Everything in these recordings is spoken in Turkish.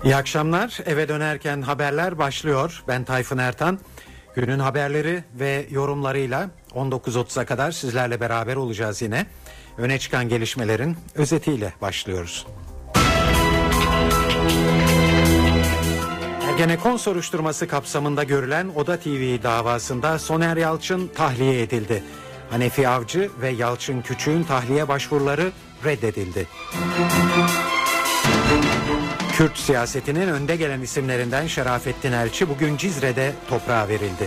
İyi akşamlar. Eve dönerken haberler başlıyor. Ben Tayfun Ertan. Günün haberleri ve yorumlarıyla 19.30'a kadar sizlerle beraber olacağız yine. Öne çıkan gelişmelerin özetiyle başlıyoruz. Ergenekon soruşturması kapsamında görülen Oda TV davasında Soner Yalçın tahliye edildi. Hanefi Avcı ve Yalçın Küçük'ün tahliye başvuruları reddedildi. Kürt siyasetinin önde gelen isimlerinden Şerafettin Elçi bugün Cizre'de toprağa verildi.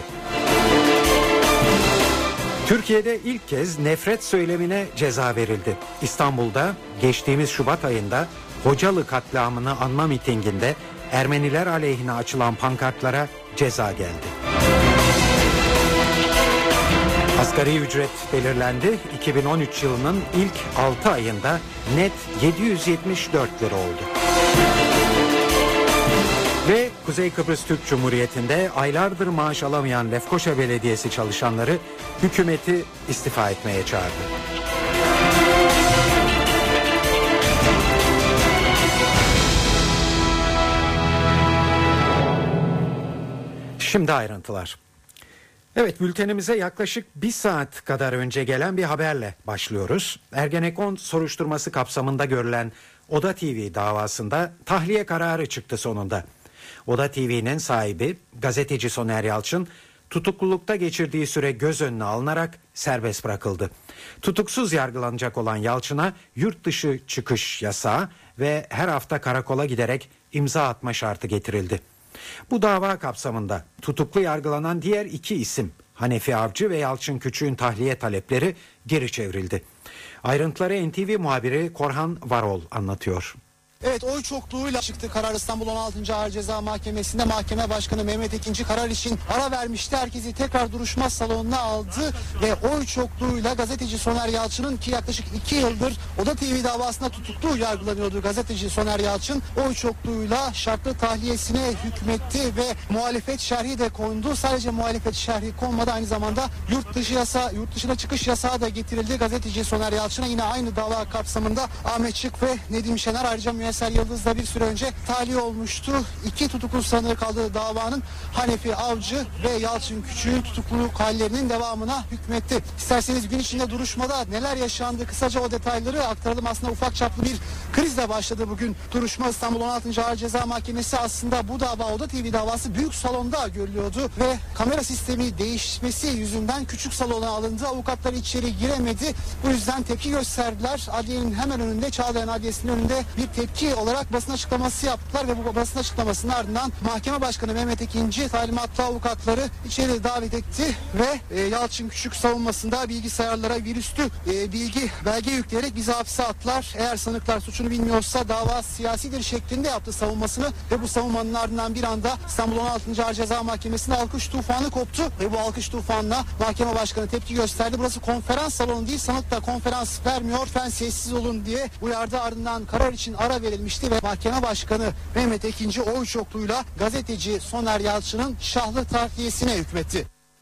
Türkiye'de ilk kez nefret söylemine ceza verildi. İstanbul'da geçtiğimiz Şubat ayında Hocalı katliamını anma mitinginde Ermeniler aleyhine açılan pankartlara ceza geldi. Asgari ücret belirlendi. 2013 yılının ilk 6 ayında net 774 lira oldu. Ve Kuzey Kıbrıs Türk Cumhuriyeti'nde aylardır maaş alamayan Lefkoşa Belediyesi çalışanları hükümeti istifa etmeye çağırdı. Şimdi ayrıntılar. Evet, bültenimize yaklaşık bir saat kadar önce gelen bir haberle başlıyoruz. Ergenekon soruşturması kapsamında görülen Oda TV davasında tahliye kararı çıktı sonunda. Oda TV'nin sahibi gazeteci Soner Yalçın tutuklulukta geçirdiği süre göz önüne alınarak serbest bırakıldı. Tutuksuz yargılanacak olan Yalçın'a yurt dışı çıkış yasağı ve her hafta karakola giderek imza atma şartı getirildi. Bu dava kapsamında tutuklu yargılanan diğer iki isim Hanefi Avcı ve Yalçın Küçük'ün tahliye talepleri geri çevrildi. Ayrıntıları NTV muhabiri Korhan Varol anlatıyor. Evet, oy çokluğuyla çıktı karar. İstanbul 16. Ağır Ceza Mahkemesi'nde Mahkeme Başkanı Mehmet Ekinci karar için ara vermişti. Herkesi tekrar duruşma salonuna aldı ve oy çokluğuyla gazeteci Soner Yalçın'ın, ki yaklaşık 2 yıldır Oda TV davasında tutuklu yargılanıyordu gazeteci Soner Yalçın, oy çokluğuyla şartlı tahliyesine hükmetti ve muhalefet şerhi de kondu. Sadece muhalefet şerhi konmadı, aynı zamanda yurt dışına çıkış yasağı da getirildi gazeteci Soner Yalçın'a. Yine aynı dava kapsamında Ahmet Şık ve Nedim Şener, ayrıca Müyesser Yıldız da bir süre önce tahliye olmuştu. İki tutuklu sanığı kaldığı davanın Hanefi Avcı ve Yalçın Küçük'ün tutukluluk hallerinin devamına hükmetti. İsterseniz gün içinde duruşmada neler yaşandı, kısaca o detayları aktaralım. Aslında ufak çaplı bir krizle başladı bugün duruşma. İstanbul 16. Ağır Ceza Mahkemesi, aslında bu dava, Oda TV davası büyük salonda görülüyordu ve kamera sistemi değişmesi yüzünden küçük salona alındı. Avukatlar içeri giremedi. Bu yüzden tepki gösterdiler. Adliyenin hemen önünde, Çağlayan Adliyesi'nin önünde bir tepki olarak basın açıklaması yaptılar ve bu basın açıklamasının ardından Mahkeme Başkanı Mehmet Ekinci talimatlı avukatları içeri davet etti ve Yalçın Küçük savunmasında bilgisayarlara virüslü belge yükleyerek bizi hapse attılar. Eğer sanıklar suçunu bilmiyorsa dava siyasidir şeklinde yaptı savunmasını ve bu savunmanın ardından bir anda İstanbul 16. Ağır Ceza Mahkemesi'nde alkış tufanı koptu ve bu alkış tufanına Mahkeme Başkanı tepki gösterdi. Burası konferans salonu değil, sanık da konferans vermiyor, lütfen sessiz olun diye uyardı. Ardından karar için ara verilmişti ve Mahkeme Başkanı Mehmet Ekinci oy çokluğuyla gazeteci Soner Yalçın'ın şahlı tahliyesine hükmetti.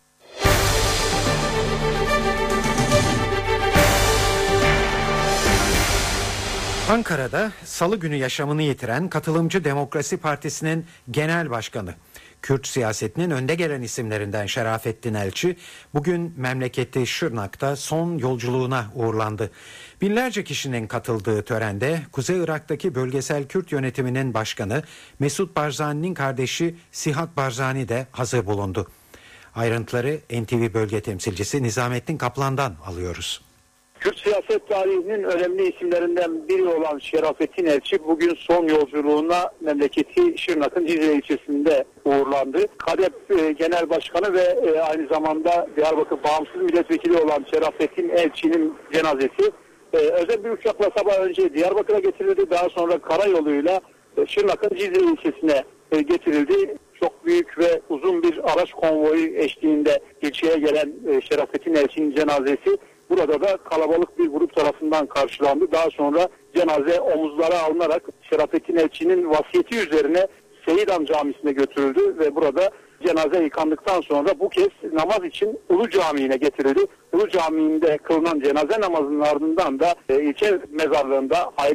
Ankara'da Salı günü yaşamını yitiren Katılımcı Demokrasi Partisi'nin genel başkanı, Kürt siyasetinin önde gelen isimlerinden Şerafettin Elçi bugün memleketi Şırnak'ta son yolculuğuna uğurlandı. Binlerce kişinin katıldığı törende Kuzey Irak'taki bölgesel Kürt yönetiminin başkanı Mesut Barzani'nin kardeşi Sihat Barzani de hazır bulundu. Ayrıntıları NTV bölge temsilcisi Nizamettin Kaplan'dan alıyoruz. Kürt siyaset tarihinin önemli isimlerinden biri olan Şerafettin Elçi bugün son yolculuğuna memleketi Şırnak'ın Cizre ilçesinde uğurlandı. KADEP Genel Başkanı ve aynı zamanda Diyarbakır Bağımsız Milletvekili olan Şerafettin Elçi'nin cenazesi özel bir uçakla sabah önce Diyarbakır'a getirildi. Daha sonra karayoluyla Şırnak'ın Cizre ilçesine getirildi. Çok büyük ve uzun bir araç konvoyu eşliğinde ilçeye gelen Şerafettin Elçi'nin cenazesi burada da kalabalık bir grup tarafından karşılandı. Daha sonra cenaze omuzlara alınarak Şerafettin Elçi'nin vasiyeti üzerine Seyidam Camisi'ne götürüldü ve burada cenaze yıkandıktan sonra bu kez namaz için Ulu Camii'ne getirildi. Ulu Camii'nde kılınan cenaze namazının ardından da ilçe mezarlığında aile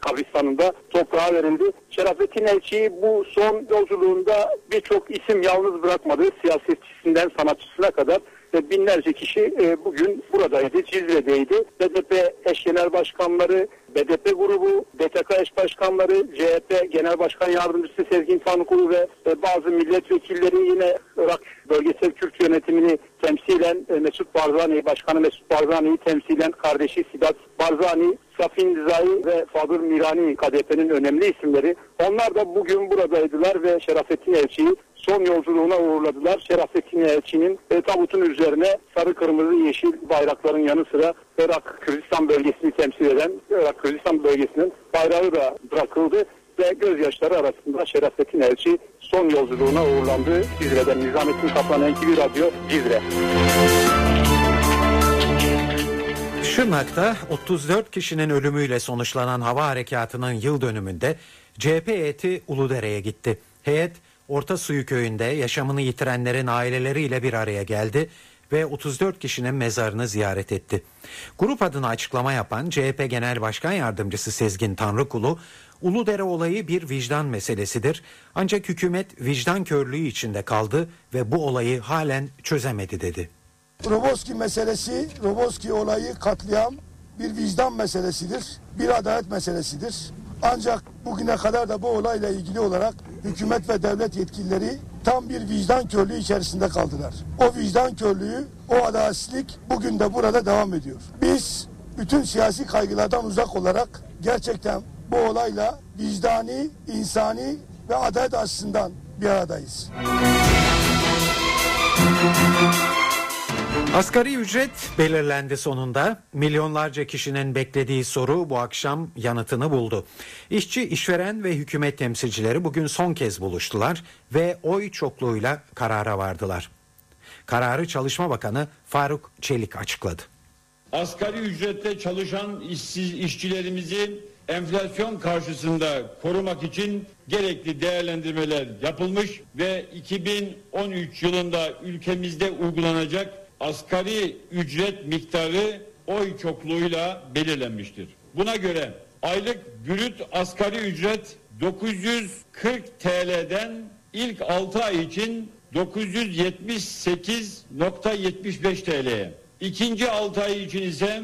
kabristanında toprağa verildi. Şerafettin Elçi'yi bu son yolculuğunda birçok isim yalnız bırakmadı. Siyasetçisinden sanatçısına kadar ve binlerce kişi bugün buradaydı, Cizre'deydi. BDP eş genel başkanları, BDP grubu, BTK eş başkanları, CHP Genel Başkan Yardımcısı Sezgin Tanrıkulu ve bazı milletvekilleri, yine Irak Bölgesel Kürt Yönetimini temsilen Mesut Barzani, Başkanı Mesut Barzani'yi temsilen kardeşi Sidat Barzani, Safin Dizai ve Fadıl Mirani, KDP'nin önemli isimleri. Onlar da bugün buradaydılar ve Şerafettin Elçi'yi son yolculuğuna uğurladılar. Şerafettin Elçi'nin tabutun üzerine sarı, kırmızı, yeşil bayrakların yanı sıra Irak Kürdistan bölgesini temsil eden Irak Kürdistan bölgesinin bayrağı da bırakıldı ve gözyaşları arasında Şerafettin Elçi son yolculuğuna uğurlandı. Cizre'den Nizamettin Kaplan, NTV Radyo, Cizre. Şırnak'ta 34 kişinin ölümüyle sonuçlanan hava harekatının yıl dönümünde CHP heyeti Uludere'ye gitti. Heyet Orta Suyu köyünde yaşamını yitirenlerin aileleriyle bir araya geldi ve 34 kişinin mezarını ziyaret etti. Grup adına açıklama yapan CHP Genel Başkan Yardımcısı Sezgin Tanrıkulu, Uludere olayı bir vicdan meselesidir. Ancak hükümet vicdan körlüğü içinde kaldı ve bu olayı halen çözemedi dedi. Roboski meselesi, Roboski olayı katliam bir vicdan meselesidir, bir adalet meselesidir. Ancak bugüne kadar da bu olayla ilgili olarak hükümet ve devlet yetkilileri tam bir vicdan körlüğü içerisinde kaldılar. O vicdan körlüğü, o adaletsizlik bugün de burada devam ediyor. Biz bütün siyasi kaygılardan uzak olarak gerçekten bu olayla vicdani, insani ve adalet açısından bir aradayız. Asgari ücret belirlendi sonunda. Milyonlarca kişinin beklediği soru bu akşam yanıtını buldu. İşçi, işveren ve hükümet temsilcileri bugün son kez buluştular ve oy çokluğuyla karara vardılar. Kararı Çalışma Bakanı Faruk Çelik açıkladı. Asgari ücretle çalışan işçilerimizi enflasyon karşısında korumak için gerekli değerlendirmeler yapılmış ve 2013 yılında ülkemizde uygulanacak asgari ücret miktarı oy çokluğuyla belirlenmiştir. Buna göre aylık brüt asgari ücret 940 TL'den ilk 6 ay için 978.75 TL'ye, ikinci 6 ay için ise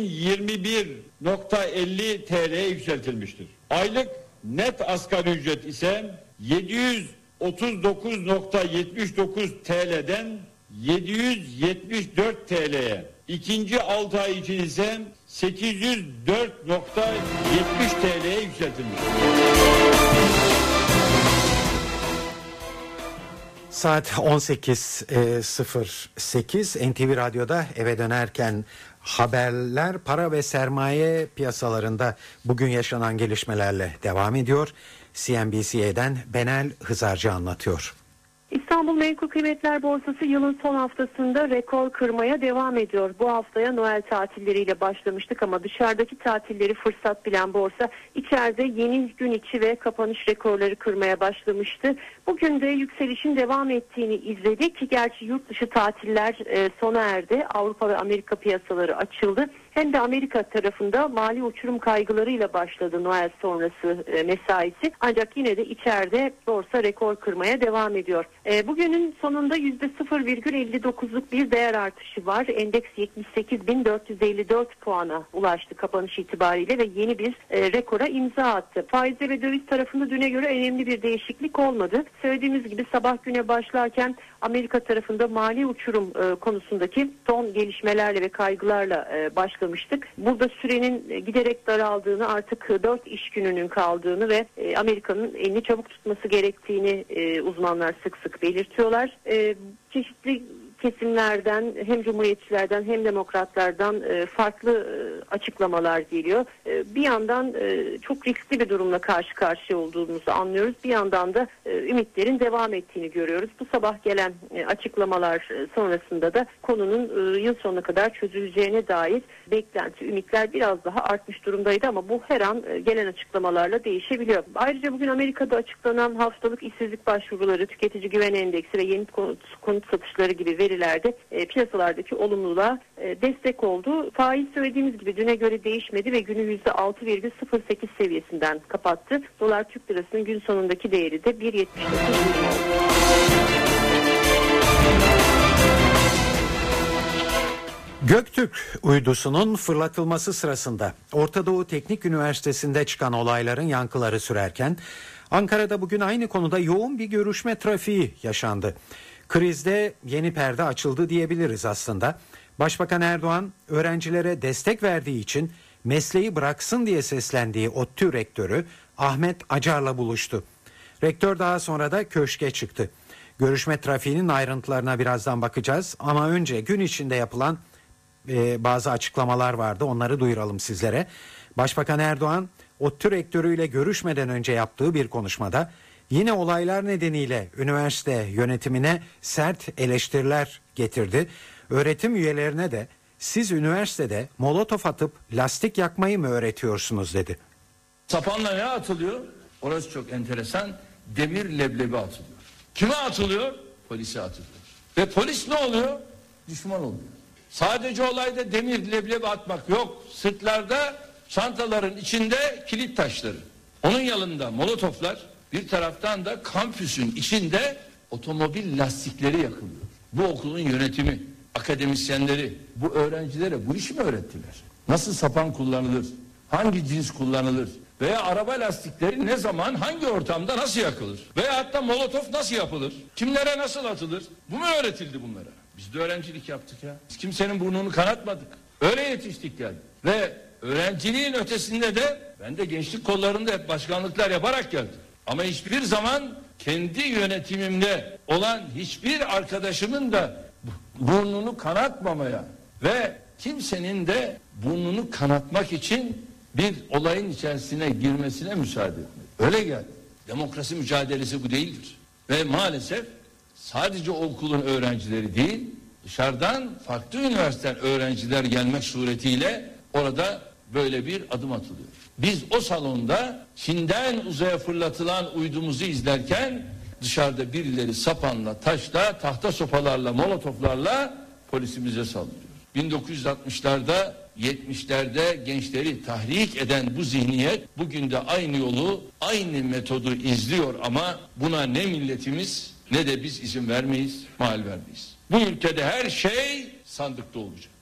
1021.50 TL'ye yükseltilmiştir. Aylık net asgari ücret ise 739.79 TL'den 774 TL'ye, ikinci 6 ay için ise 804.70 TL'ye yükseltilmiştir. Saat 18.08 NTV Radyo'da eve dönerken haberler, para ve sermaye piyasalarında bugün yaşanan gelişmelerle devam ediyor. CNBC'den Benel Hızarcı anlatıyor. İstanbul Menkul Kıymetler Borsası yılın son haftasında rekor kırmaya devam ediyor. Bu haftaya Noel tatilleriyle başlamıştık ama dışarıdaki tatilleri fırsat bilen borsa içeride yeni gün içi ve kapanış rekorları kırmaya başlamıştı. Bugün de yükselişin devam ettiğini izledik. Gerçi yurt dışı tatiller sona erdi. Avrupa ve Amerika piyasaları açıldı. Hem de Amerika tarafında mali uçurum kaygılarıyla başladı Noel sonrası mesaisi. Ancak yine de içeride borsa rekor kırmaya devam ediyor. Bugünün sonunda %0,59'luk bir değer artışı var. Endeks 78.454 puana ulaştı kapanış itibariyle ve yeni bir rekora imza attı. Faizde ve döviz tarafında düne göre önemli bir değişiklik olmadı. Söylediğimiz gibi sabah güne başlarken Amerika tarafında mali uçurum konusundaki son gelişmelerle ve kaygılarla başlamıştık. Burada sürenin giderek daraldığını, artık 4 iş gününün kaldığını ve Amerika'nın elini çabuk tutması gerektiğini uzmanlar sık sık belirtiyorlar. Çeşitli kesimlerden, hem Cumhuriyetçilerden hem Demokratlardan farklı açıklamalar geliyor. Bir yandan çok riskli bir durumla karşı karşıya olduğumuzu anlıyoruz. Bir yandan da ümitlerin devam ettiğini görüyoruz. Bu sabah gelen açıklamalar sonrasında da konunun yıl sonuna kadar çözüleceğine dair beklenti, ümitler biraz daha artmış durumdaydı ama bu her an gelen açıklamalarla değişebiliyor. Ayrıca bugün Amerika'da açıklanan haftalık işsizlik başvuruları, tüketici güven endeksi ve yeni konut satışları gibi veriler verilerde piyasalardaki olumluluğa destek oldu. Faiz söylediğimiz gibi düne göre değişmedi ve günü %6,08 seviyesinden kapattı. Dolar Türk lirasının gün sonundaki değeri de 1.79 oldu. Göktürk uydusunun fırlatılması sırasında Orta Doğu Teknik Üniversitesi'nde çıkan olayların yankıları sürerken Ankara'da bugün aynı konuda yoğun bir görüşme trafiği yaşandı. Krizde yeni perde açıldı diyebiliriz aslında. Başbakan Erdoğan öğrencilere destek verdiği için mesleği bıraksın diye seslendiği ODTÜ rektörü Ahmet Acar'la buluştu. Rektör daha sonra da köşke çıktı. Görüşme trafiğinin ayrıntılarına birazdan bakacağız ama önce gün içinde yapılan bazı açıklamalar vardı, onları duyuralım sizlere. Başbakan Erdoğan ODTÜ rektörüyle görüşmeden önce yaptığı bir konuşmada yine olaylar nedeniyle üniversite yönetimine sert eleştiriler getirdi. Öğretim üyelerine de siz üniversitede molotof atıp lastik yakmayı mı öğretiyorsunuz dedi. Sapanla ne atılıyor? Orası çok enteresan. Demir leblebi atılıyor. Kime atılıyor? Polise atılıyor. Ve polis ne oluyor? Düşman oluyor. Sadece olayda demir leblebi atmak yok. Sırtlarda, çantaların içinde kilit taşları. Onun yanında molotoflar, bir taraftan da kampüsün içinde otomobil lastikleri yakılıyor. Bu okulun yönetimi, akademisyenleri bu öğrencilere bu işi mi öğrettiler? Nasıl sapan kullanılır? Hangi cins kullanılır? Veya araba lastikleri ne zaman, hangi ortamda nasıl yakılır? Veya hatta molotof nasıl yapılır? Kimlere nasıl atılır? Bu mu öğretildi bunlara? Biz de öğrencilik yaptık ya. Biz kimsenin burnunu kanatmadık. Öyle yetiştik geldik. Ve öğrenciliğin ötesinde de ben de gençlik kollarında hep başkanlıklar yaparak geldim. Ama hiçbir zaman kendi yönetimimde olan hiçbir arkadaşımın da burnunu kanatmamaya ve kimsenin de burnunu kanatmak için bir olayın içerisine girmesine müsaade etmek. Öyle geldi. Demokrasi mücadelesi bu değildir. Ve maalesef sadece o okulun öğrencileri değil, dışarıdan farklı üniversiteden öğrenciler gelmek suretiyle orada böyle bir adım atılıyor. Biz o salonda Çin'den uzaya fırlatılan uydumuzu izlerken dışarıda birileri sapanla, taşla, tahta sopalarla, molotoflarla polisimize saldırıyor. 1960'larda, 70'lerde gençleri tahrik eden bu zihniyet bugün de aynı yolu, aynı metodu izliyor ama buna ne milletimiz ne de biz izin vermeyiz, mal vermeyiz. Bu ülkede her şey sandıkta olacak.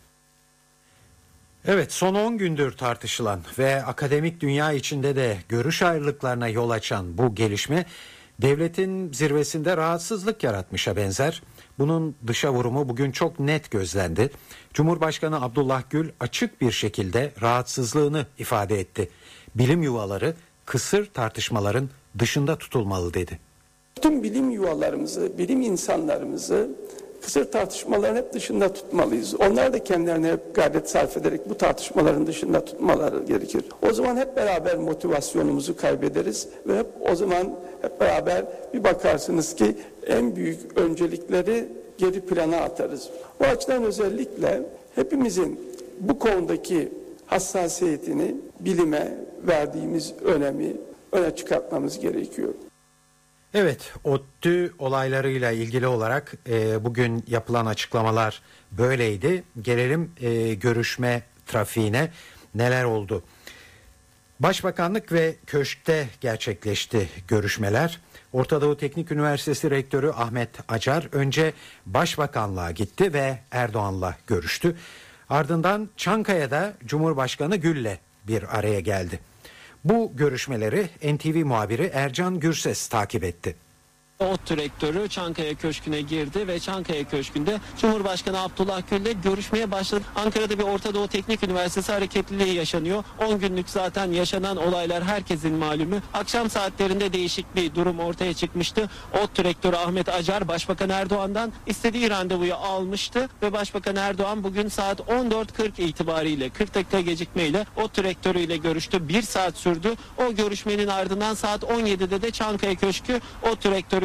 Evet, son 10 gündür tartışılan ve akademik dünya içinde de görüş ayrılıklarına yol açan bu gelişme devletin zirvesinde rahatsızlık yaratmışa benzer. Bunun dışa vurumu bugün çok net gözlendi. Cumhurbaşkanı Abdullah Gül açık bir şekilde rahatsızlığını ifade etti. Bilim yuvaları kısır tartışmaların dışında tutulmalı dedi. Tüm bilim yuvalarımızı, bilim insanlarımızı kısır tartışmaların hep dışında tutmalıyız. Onlar da kendilerine hep gayret sarf ederek bu tartışmaların dışında tutmaları gerekir. O zaman hep beraber motivasyonumuzu kaybederiz ve o zaman hep beraber bir bakarsınız ki en büyük öncelikleri geri plana atarız. O açıdan özellikle hepimizin bu konudaki hassasiyetini, bilime verdiğimiz önemi öne çıkartmamız gerekiyor. Evet, ODTÜ olaylarıyla ilgili olarak bugün yapılan açıklamalar böyleydi. Gelelim görüşme trafiğine, neler oldu? Başbakanlık ve köşkte gerçekleşti görüşmeler. Orta Doğu Teknik Üniversitesi Rektörü Ahmet Acar önce Başbakanlığa gitti ve Erdoğan'la görüştü. Ardından Çankaya'da Cumhurbaşkanı Gül'le bir araya geldi. Bu görüşmeleri NTV muhabiri Ercan Gürses takip etti. ODTÜ rektörü Çankaya Köşkü'ne girdi ve Çankaya Köşkü'nde Cumhurbaşkanı Abdullah Gül'le görüşmeye başladı. Ankara'da bir Orta Doğu Teknik Üniversitesi hareketliliği yaşanıyor. 10 günlük zaten yaşanan olaylar herkesin malumu. Akşam saatlerinde değişik bir durum ortaya çıkmıştı. ODTÜ rektörü Ahmet Acar Başbakan Erdoğan'dan istediği randevuyu almıştı ve Başbakan Erdoğan bugün saat 14.40 itibariyle 40 dakika gecikmeyle ODTÜ rektörüyle görüştü. 1 saat sürdü. O görüşmenin ardından saat 17'de de Çankaya Köşkü ODTÜ rektörü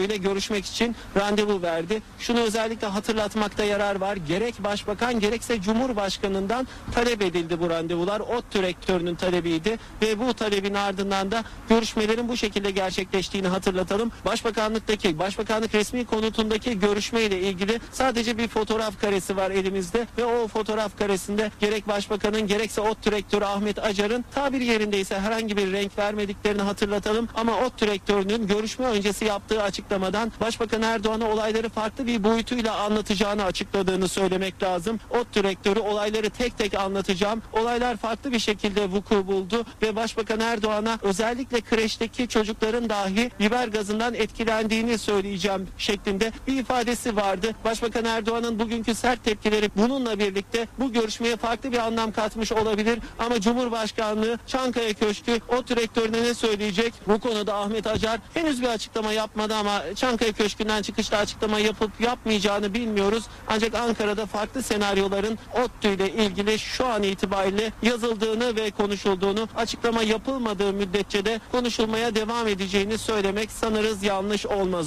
rektörüyle görüşmek için randevu verdi. Şunu özellikle hatırlatmakta yarar var. Gerek başbakan gerekse Cumhurbaşkanı'ndan talep edildi bu randevular. ODTÜ rektörünün talebiydi ve bu talebin ardından da görüşmelerin bu şekilde gerçekleştiğini hatırlatalım. Başbakanlık resmi konutundaki görüşmeyle ilgili sadece bir fotoğraf karesi var elimizde ve o fotoğraf karesinde gerek başbakanın gerekse ODTÜ rektörü Ahmet Acar'ın tabir yerindeyse herhangi bir renk vermediklerini hatırlatalım. Ama ODTÜ rektörünün görüşme öncesi yaptığı açıklamadan Başbakan Erdoğan'a olayları farklı bir boyutuyla anlatacağını açıkladığını söylemek lazım. ODTÜ rektörü olayları tek tek anlatacağım. Olaylar farklı bir şekilde vuku buldu ve Başbakan Erdoğan'a özellikle kreşteki çocukların dahi biber gazından etkilendiğini söyleyeceğim şeklinde bir ifadesi vardı. Başbakan Erdoğan'ın bugünkü sert tepkileri bununla birlikte bu görüşmeye farklı bir anlam katmış olabilir ama Cumhurbaşkanlığı Çankaya Köşkü ODTÜ rektörüne ne söyleyecek? Bu konuda Ahmet Acar henüz bir açıklama yapmadı ama Çankaya Köşkü'nden çıkışta açıklama yapıp yapmayacağını bilmiyoruz. Ancak Ankara'da farklı senaryoların ODTÜ ile ilgili şu an itibariyle yazıldığını ve konuşulduğunu, açıklama yapılmadığı müddetçe de konuşulmaya devam edeceğini söylemek sanırız yanlış olmaz.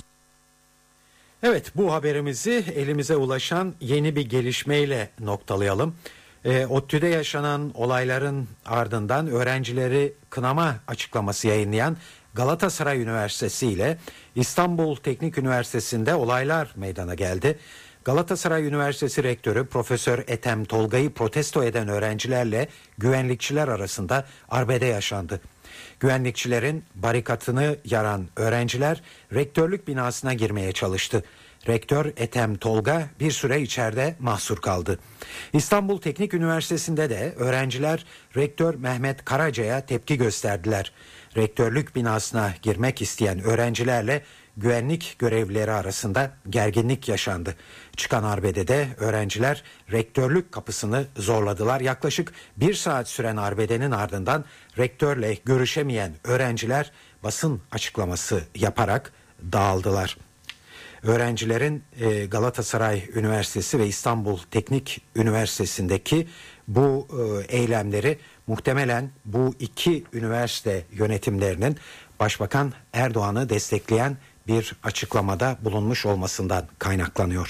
Evet, bu haberimizi elimize ulaşan yeni bir gelişmeyle noktalayalım. ODTÜ'de yaşanan olayların ardından öğrencileri kınama açıklaması yayınlayan Galatasaray Üniversitesi ile İstanbul Teknik Üniversitesi'nde olaylar meydana geldi. Galatasaray Üniversitesi Rektörü Profesör Ethem Tolga'yı protesto eden öğrencilerle güvenlikçiler arasında arbede yaşandı. Güvenlikçilerin barikatını yaran öğrenciler rektörlük binasına girmeye çalıştı. Rektör Ethem Tolga bir süre içeride mahsur kaldı. İstanbul Teknik Üniversitesi'nde de öğrenciler Rektör Mehmet Karaca'ya tepki gösterdiler. Rektörlük binasına girmek isteyen öğrencilerle güvenlik görevlileri arasında gerginlik yaşandı. Çıkan arbedede öğrenciler rektörlük kapısını zorladılar. Yaklaşık 1 saat süren arbedenin ardından rektörle görüşemeyen öğrenciler basın açıklaması yaparak dağıldılar. Öğrencilerin Galatasaray Üniversitesi ve İstanbul Teknik Üniversitesi'ndeki bu eylemleri muhtemelen bu iki üniversite yönetimlerinin Başbakan Erdoğan'ı destekleyen bir açıklamada bulunmuş olmasından kaynaklanıyor.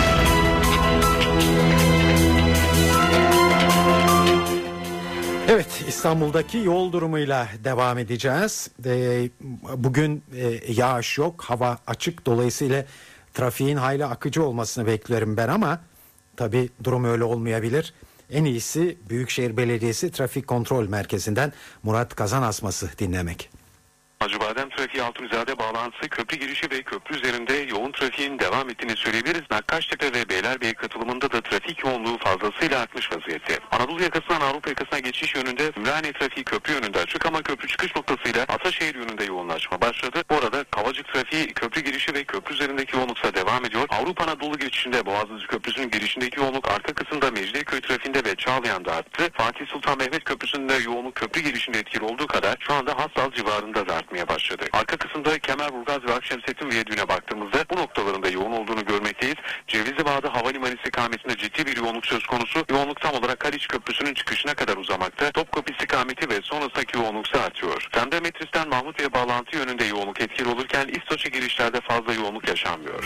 Evet, İstanbul'daki yol durumuyla devam edeceğiz. Bugün yağış yok, hava açık, dolayısıyla trafiğin hayli akıcı olmasını beklerim ben ama tabii durum öyle olmayabilir. En iyisi Büyükşehir Belediyesi Trafik Kontrol Merkezi'nden Murat Kazanasmas'ı dinlemek. Acıbadem trafiği Altunizade bağlantısı köprü girişi ve köprü üzerinde yoğun trafiğin devam ettiğini söyleyebiliriz. Nakkaştepe ve Beylerbeyi katılımında da trafik yoğunluğu fazlasıyla artmış vaziyette. Anadolu yakasından Avrupa yakasına geçiş yönünde Ümraniye trafiği köprü yönünde açık ama köprü çıkış noktasıyla Ataşehir yönünde yoğunlaşma başladı. Bu arada Kavacık trafiği köprü girişi ve köprü üzerindeki yoğunluksa devam ediyor. Avrupa Anadolu geçişinde Boğaziçi Köprüsü'nün girişindeki yoğunluk arka kısımda Mecidiyeköy trafiğinde ve Çağlayan'da arttı. Fatih Sultan Mehmet Köprüsü'nde yoğunluk köprü girişinde etkili olduğu kadar şu anda Hastal civarında da artmaya başladı. Arka kısımda Kemerburgaz ve Akşemsettin Viyadüğü'ne baktığımızda bu noktalarında yoğun olduğunu görmekteyiz. Cevizlibağ'da havalimanı istikametinde ciddi bir yoğunluk söz konusu. Yoğunluk tam olarak Haliç Köprüsü'nün çıkışına kadar uzamakta. Topkapı istikameti ve sonrasındaki yoğunluksa artıyor. Semdemetris'ten Mahmutbey'e bağlantı yönünde yoğunluk etkili olurken İstoç'a girişlerde fazla yoğunluk yaşanmıyor.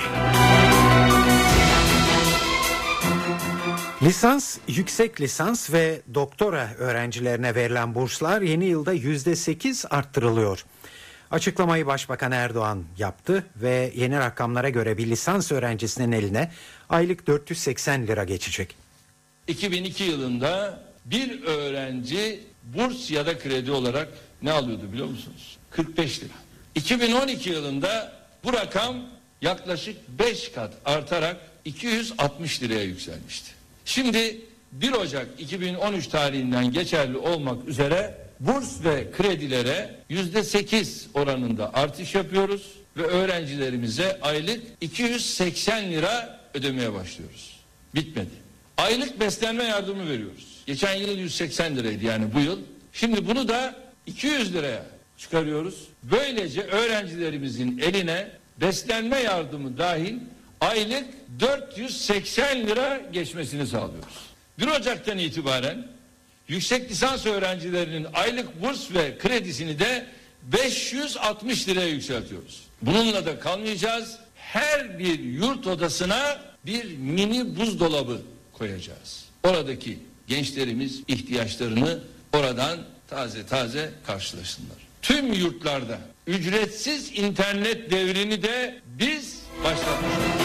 Lisans, yüksek lisans ve doktora öğrencilerine verilen burslar yeni yılda %8 arttırılıyor. Açıklamayı Başbakan Erdoğan yaptı ve yeni rakamlara göre bir lisans öğrencisinin eline aylık 480 lira geçecek. 2002 yılında bir öğrenci burs ya da kredi olarak ne alıyordu biliyor musunuz? 45 lira. 2012 yılında bu rakam yaklaşık 5 kat artarak 260 liraya yükselmişti. Şimdi 1 Ocak 2013 tarihinden geçerli olmak üzere burs ve kredilere %8 oranında artış yapıyoruz ve öğrencilerimize aylık 280 lira ödemeye başlıyoruz. Bitmedi. Aylık beslenme yardımı veriyoruz. Geçen yıl 180 liraydı yani bu yıl. Şimdi bunu da 200 liraya çıkarıyoruz. Böylece öğrencilerimizin eline beslenme yardımı dahil aylık 480 lira geçmesini sağlıyoruz. 1 Ocak'tan itibaren yüksek lisans öğrencilerinin aylık burs ve kredisini de 560 liraya yükseltiyoruz. Bununla da kalmayacağız. Her bir yurt odasına bir mini buzdolabı koyacağız. Oradaki gençlerimiz ihtiyaçlarını oradan taze taze karşılasınlar. Tüm yurtlarda ücretsiz internet devrini de biz başlatmışız.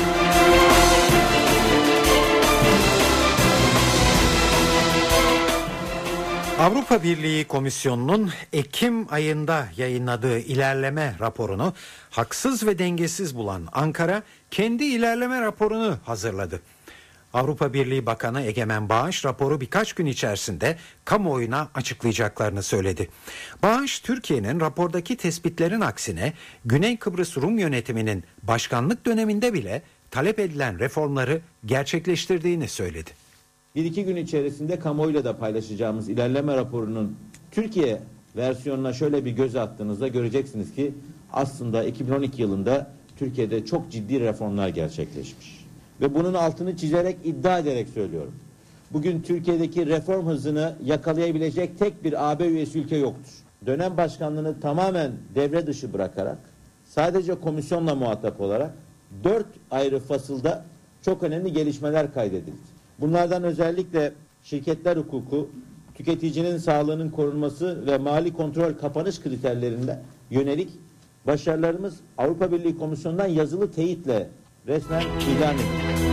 Avrupa Birliği Komisyonu'nun Ekim ayında yayınladığı ilerleme raporunu haksız ve dengesiz bulan Ankara kendi ilerleme raporunu hazırladı. Avrupa Birliği Bakanı Egemen Bağış raporu birkaç gün içerisinde kamuoyuna açıklayacaklarını söyledi. Bağış, Türkiye'nin rapordaki tespitlerin aksine Güney Kıbrıs Rum yönetiminin başkanlık döneminde bile talep edilen reformları gerçekleştirdiğini söyledi. 1-2 gün içerisinde kamuoyuyla da paylaşacağımız ilerleme raporunun Türkiye versiyonuna şöyle bir göz attığınızda göreceksiniz ki aslında 2012 yılında Türkiye'de çok ciddi reformlar gerçekleşmiş. Ve bunun altını çizerek, iddia ederek söylüyorum. Bugün Türkiye'deki reform hızını yakalayabilecek tek bir AB üyesi ülke yoktur. Dönem başkanlığını tamamen devre dışı bırakarak, sadece komisyonla muhatap olarak 4 ayrı fasılda çok önemli gelişmeler kaydedildi. Bunlardan özellikle şirketler hukuku, tüketicinin sağlığının korunması ve mali kontrol kapanış kriterlerinde yönelik başarılarımız Avrupa Birliği Komisyonu'ndan yazılı teyitle resmen ilan edildi.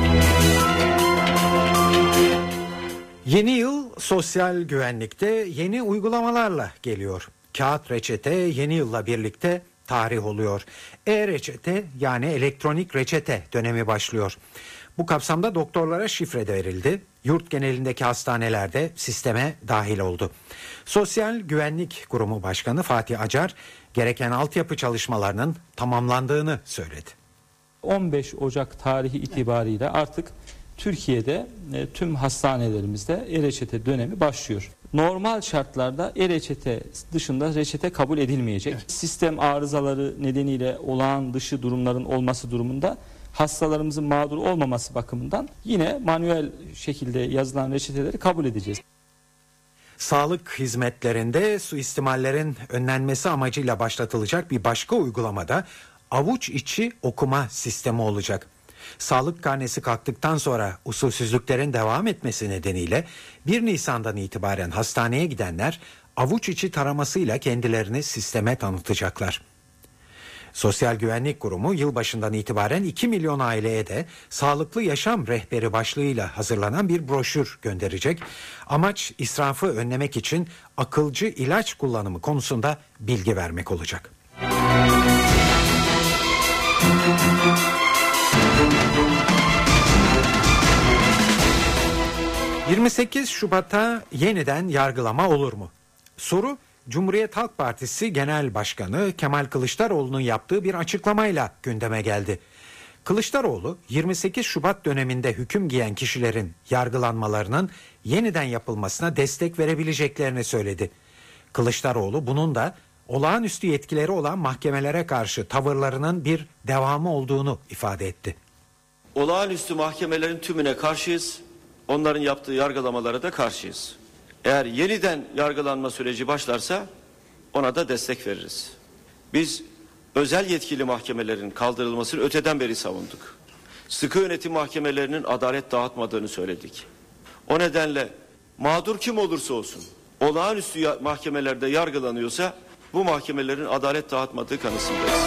Yeni yıl sosyal güvenlikte yeni uygulamalarla geliyor. Kağıt reçete yeni yılla birlikte tarih oluyor. E-reçete yani elektronik reçete dönemi başlıyor. Bu kapsamda doktorlara şifre de verildi. Yurt genelindeki hastanelerde sisteme dahil oldu. Sosyal Güvenlik Kurumu Başkanı Fatih Acar gereken altyapı çalışmalarının tamamlandığını söyledi. 15 Ocak tarihi itibariyle artık Türkiye'de tüm hastanelerimizde e-reçete dönemi başlıyor. Normal şartlarda e-reçete dışında reçete kabul edilmeyecek. Evet. Sistem arızaları nedeniyle olağan dışı durumların olması durumunda hastalarımızın mağdur olmaması bakımından yine manuel şekilde yazılan reçeteleri kabul edeceğiz. Sağlık hizmetlerinde suistimallerin önlenmesi amacıyla başlatılacak bir başka uygulamada avuç içi okuma sistemi olacak. Sağlık karnesi kalktıktan sonra usulsüzlüklerin devam etmesi nedeniyle 1 Nisan'dan itibaren hastaneye gidenler avuç içi taramasıyla kendilerini sisteme tanıtacaklar. Sosyal Güvenlik Kurumu yılbaşından itibaren 2 milyon aileye de sağlıklı yaşam rehberi başlığıyla hazırlanan bir broşür gönderecek. Amaç israfı önlemek için akılcı ilaç kullanımı konusunda bilgi vermek olacak. ...28 Şubat'a yeniden yargılama olur mu? Soru, Cumhuriyet Halk Partisi Genel Başkanı Kemal Kılıçdaroğlu'nun yaptığı bir açıklamayla gündeme geldi. Kılıçdaroğlu, 28 Şubat döneminde hüküm giyen kişilerin yargılanmalarının yeniden yapılmasına destek verebileceklerini söyledi. Kılıçdaroğlu bunun da olağanüstü yetkileri olan mahkemelere karşı tavırlarının bir devamı olduğunu ifade etti. Olağanüstü mahkemelerin tümüne karşıyız. Onların yaptığı yargılamalara da karşıyız. Eğer yeniden yargılanma süreci başlarsa ona da destek veririz. Biz özel yetkili mahkemelerin kaldırılmasını öteden beri savunduk. Sıkı yönetim mahkemelerinin adalet dağıtmadığını söyledik. O nedenle mağdur kim olursa olsun olağanüstü mahkemelerde yargılanıyorsa bu mahkemelerin adalet dağıtmadığı kanısındayız.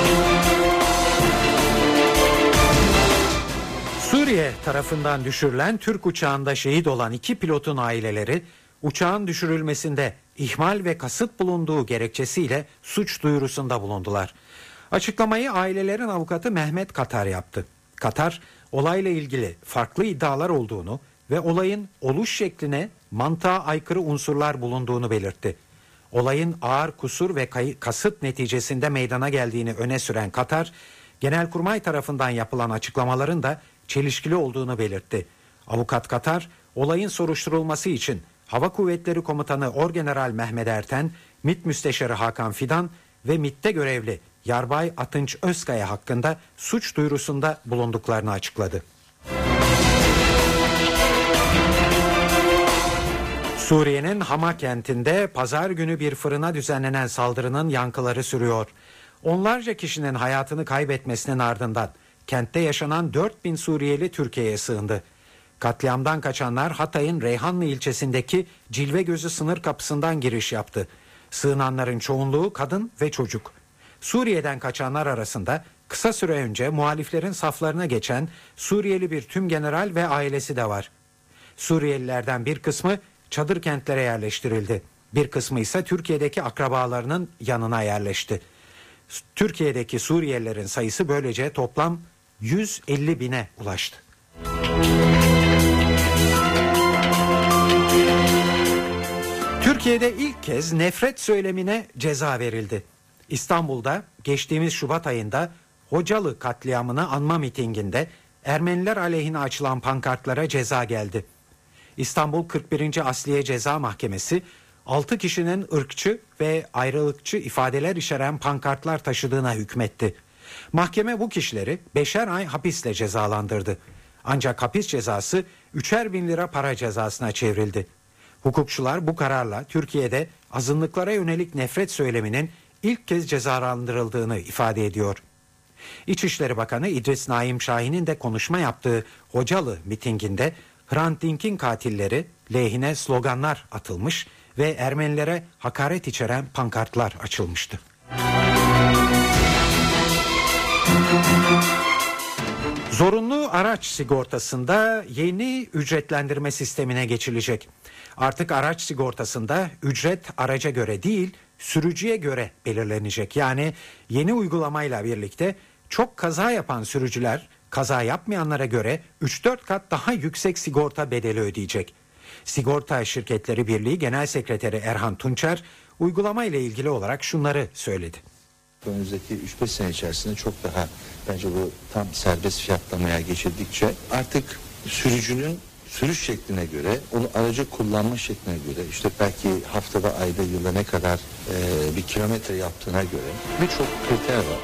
Suriye tarafından düşürülen Türk uçağında şehit olan 2 pilotun aileleri uçağın düşürülmesinde ihmal ve kasıt bulunduğu gerekçesiyle suç duyurusunda bulundular. Açıklamayı ailelerin avukatı Mehmet Katar yaptı. Katar, olayla ilgili farklı iddialar olduğunu ve olayın oluş şekline mantığa aykırı unsurlar bulunduğunu belirtti. Olayın ağır kusur ve kasıt neticesinde meydana geldiğini öne süren Katar, Genelkurmay tarafından yapılan açıklamaların da çelişkili olduğunu belirtti. Avukat Katar, olayın soruşturulması için Hava Kuvvetleri Komutanı Orgeneral Mehmet Erten, MİT Müsteşarı Hakan Fidan ve MİT'te görevli Yarbay Atınç Özkaya hakkında suç duyurusunda bulunduklarını açıkladı. Suriye'nin Hama kentinde pazar günü bir fırına düzenlenen saldırının yankıları sürüyor. onlarca kişinin hayatını kaybetmesinin ardından kentte yaşanan 4000 Suriyeli Türkiye'ye sığındı. Katliamdan kaçanlar Hatay'ın Reyhanlı ilçesindeki Cilvegözü sınır kapısından giriş yaptı. Sığınanların çoğunluğu kadın ve çocuk. Suriye'den kaçanlar arasında kısa süre önce muhaliflerin saflarına geçen Suriyeli bir tümgeneral ve ailesi de var. Suriyelilerden bir kısmı çadır kentlere yerleştirildi. Bir kısmı ise Türkiye'deki akrabalarının yanına yerleşti. Türkiye'deki Suriyelilerin sayısı böylece toplam 150 bine ulaştı. Türkiye'de ilk kez nefret söylemine ceza verildi. İstanbul'da geçtiğimiz Şubat ayında Hocalı katliamını anma mitinginde Ermeniler aleyhine açılan pankartlara ceza geldi. İstanbul 41. Asliye Ceza Mahkemesi 6 kişinin ırkçı ve ayrılıkçı ifadeler içeren pankartlar taşıdığına hükmetti. Mahkeme bu kişileri 5'er ay hapisle cezalandırdı. Ancak hapis cezası 3'er bin lira para cezasına çevrildi. Hukukçular bu kararla Türkiye'de azınlıklara yönelik nefret söyleminin ilk kez cezalandırıldığını ifade ediyor. İçişleri Bakanı İdris Naim Şahin'in de konuşma yaptığı Hocalı mitinginde Hrant Dink'in katilleri lehine sloganlar atılmış ve Ermenilere hakaret içeren pankartlar açılmıştı. Zorunlu araç sigortasında yeni ücretlendirme sistemine geçilecek. Artık araç sigortasında ücret araca göre değil, sürücüye göre belirlenecek. Yani yeni uygulamayla birlikte çok kaza yapan sürücüler kaza yapmayanlara göre 3-4 kat daha yüksek sigorta bedeli ödeyecek. Sigorta Şirketleri Birliği Genel Sekreteri Erhan Tunçer uygulama ile ilgili olarak şunları söyledi. Önümüzdeki 3-5 sene içerisinde çok daha bence bu tam serbest fiyatlamaya geçildikçe artık sürücünün sürüş şekline göre, onu aracı kullanma şekline göre, işte belki haftada, ayda, yılda ne kadar bir kilometre yaptığına göre birçok kriter var.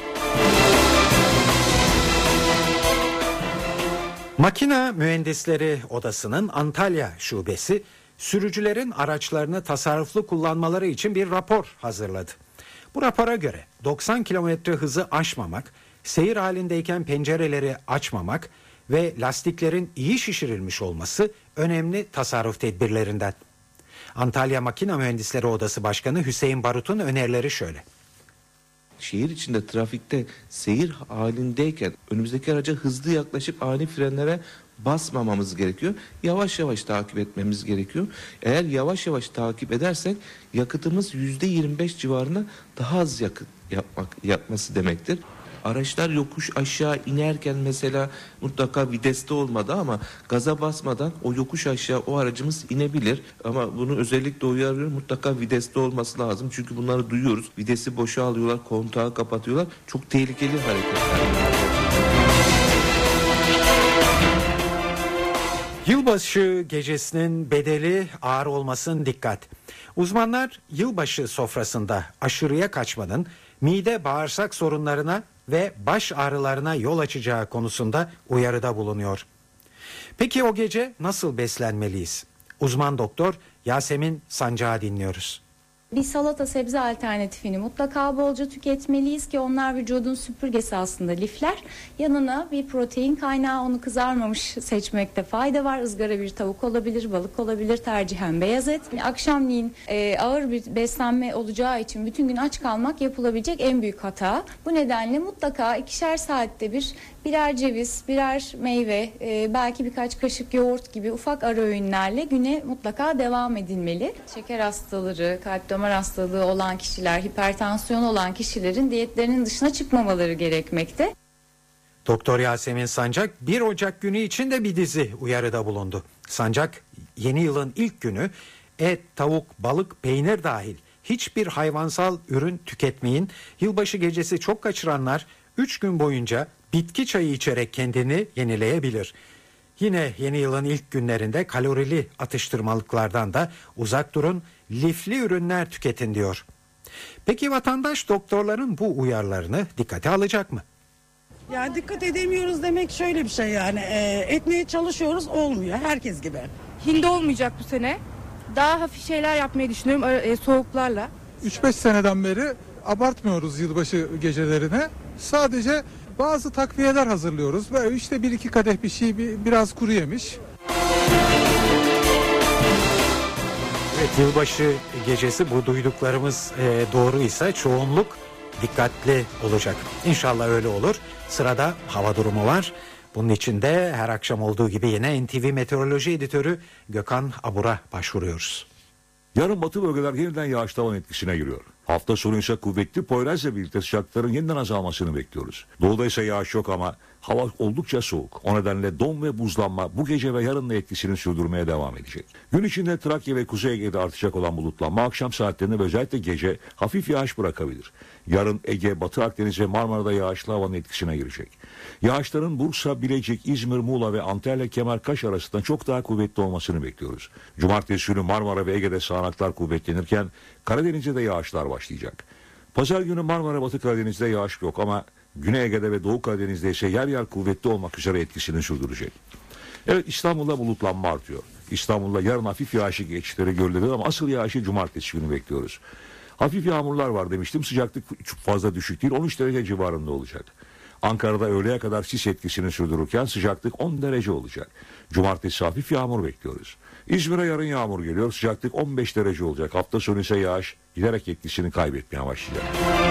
Makina Mühendisleri Odası'nın Antalya şubesi sürücülerin araçlarını tasarruflu kullanmaları için bir rapor hazırladı. Bu rapora göre 90 kilometre hızı aşmamak, seyir halindeyken pencereleri açmamak ve lastiklerin iyi şişirilmiş olması önemli tasarruf tedbirlerinden. Antalya Makina Mühendisleri Odası Başkanı Hüseyin Barut'un önerileri şöyle. Şehir içinde trafikte seyir halindeyken önümüzdeki araca hızlı yaklaşıp ani frenlere basmamamız gerekiyor. Yavaş yavaş takip etmemiz gerekiyor. Eğer yavaş yavaş takip edersek yakıtımız %25 civarında daha az yakıt yakması demektir. Araçlar yokuş aşağı inerken mesela mutlaka viteste olmadı ama gaza basmadan o yokuş aşağı o aracımız inebilir. Ama bunu özellikle uyarıyorum, mutlaka viteste olması lazım. Çünkü bunları duyuyoruz. Vitesi boşa alıyorlar, kontağı kapatıyorlar. Çok tehlikeli hareketler. Yılbaşı gecesinin bedeli ağır olmasın dikkat. Uzmanlar yılbaşı sofrasında aşırıya kaçmanın mide bağırsak sorunlarına ve baş ağrılarına yol açacağı konusunda uyarıda bulunuyor. Peki o gece nasıl beslenmeliyiz? Uzman doktor Yasemin Sancak'ı dinliyoruz. Bir salata sebze alternatifini mutlaka bolca tüketmeliyiz ki onlar vücudun süpürgesi aslında lifler. Yanına bir protein kaynağı, onu kızarmamış seçmekte fayda var. Izgara bir tavuk olabilir, balık olabilir, tercihen beyaz et. Akşamleyin ağır bir beslenme olacağı için bütün gün aç kalmak yapılabilecek en büyük hata. Bu nedenle mutlaka 2'şer saatte birer ceviz, birer meyve, belki birkaç kaşık yoğurt gibi ufak ara öğünlerle güne mutlaka devam edilmeli. Şeker hastaları, kalp damar hastalığı olan kişiler, hipertansiyon olan kişilerin diyetlerinin dışına çıkmamaları gerekmekte. Doktor Yasemin Sancak 1 Ocak günü için de bir dizi uyarıda bulundu. Sancak yeni yılın ilk günü et, tavuk, balık, peynir dahil hiçbir hayvansal ürün tüketmeyin. Yılbaşı gecesi çok kaçıranlar 3 gün boyunca bitki çayı içerek kendini yenileyebilir. Yine yeni yılın ilk günlerinde kalorili atıştırmalıklardan da uzak durun, lifli ürünler tüketin diyor. Peki vatandaş doktorların bu uyarılarını dikkate alacak mı? Yani dikkat edemiyoruz demek şöyle bir şey yani etmeye çalışıyoruz, olmuyor herkes gibi. Hindi olmayacak bu sene. Daha hafif şeyler yapmayı düşünüyorum soğuklarla. 3-5 seneden beri abartmıyoruz yılbaşı gecelerine. Sadece bazı takviyeler hazırlıyoruz. Böyle işte 1-2 kadeh bir şey biraz kuru yemiş. Evet, yılbaşı gecesi bu duyduklarımız doğruysa çoğunluk dikkatli olacak. İnşallah öyle olur. Sırada hava durumu var. Bunun için de her akşam olduğu gibi yine NTV Meteoroloji Editörü Gökhan Abur'a başvuruyoruz. Yarın batı bölgeler yeniden yağışlı havanın etkisine giriyor. Hafta sonu ise kuvvetli Poyraz'la birlikte sıcaklıkların yeniden azalmasını bekliyoruz. Doğuda ise yağış yok ama hava oldukça soğuk. O nedenle don ve buzlanma bu gece ve yarın da etkisini sürdürmeye devam edecek. Gün içinde Trakya ve Kuzey Ege'de artacak olan bulutlanma akşam saatlerinde ve özellikle gece hafif yağış bırakabilir. Yarın Ege, Batı Akdeniz ve Marmara'da yağışlı havanın etkisine girecek. Yağışların Bursa, Bilecik, İzmir, Muğla ve Antalya, Kemerkaş arasında çok daha kuvvetli olmasını bekliyoruz. Cumartesi günü Marmara ve Ege'de sağanaklar kuvvetlenirken Karadeniz'de de yağışlar başlayacak. Pazar günü Marmara, Batı Karadeniz'de yağış yok ama Güney Ege'de ve Doğu Karadeniz'de ise yer yer kuvvetli olmak üzere etkisini sürdürecek. Evet, İstanbul'da bulutlanma artıyor. İstanbul'da yarın hafif yağışlı geçişleri görülebilir ama asıl yağışı cumartesi günü bekliyoruz. Hafif yağmurlar var demiştim. Sıcaklık çok fazla düşük değil. 13 derece civarında olacak. Ankara'da öğleye kadar sis etkisini sürdürürken sıcaklık 10 derece olacak. Cumartesi hafif yağmur bekliyoruz. İzmir'e yarın yağmur geliyor. Sıcaklık 15 derece olacak. Hafta sonu ise yağış giderek etkisini kaybetmeye başlayacak.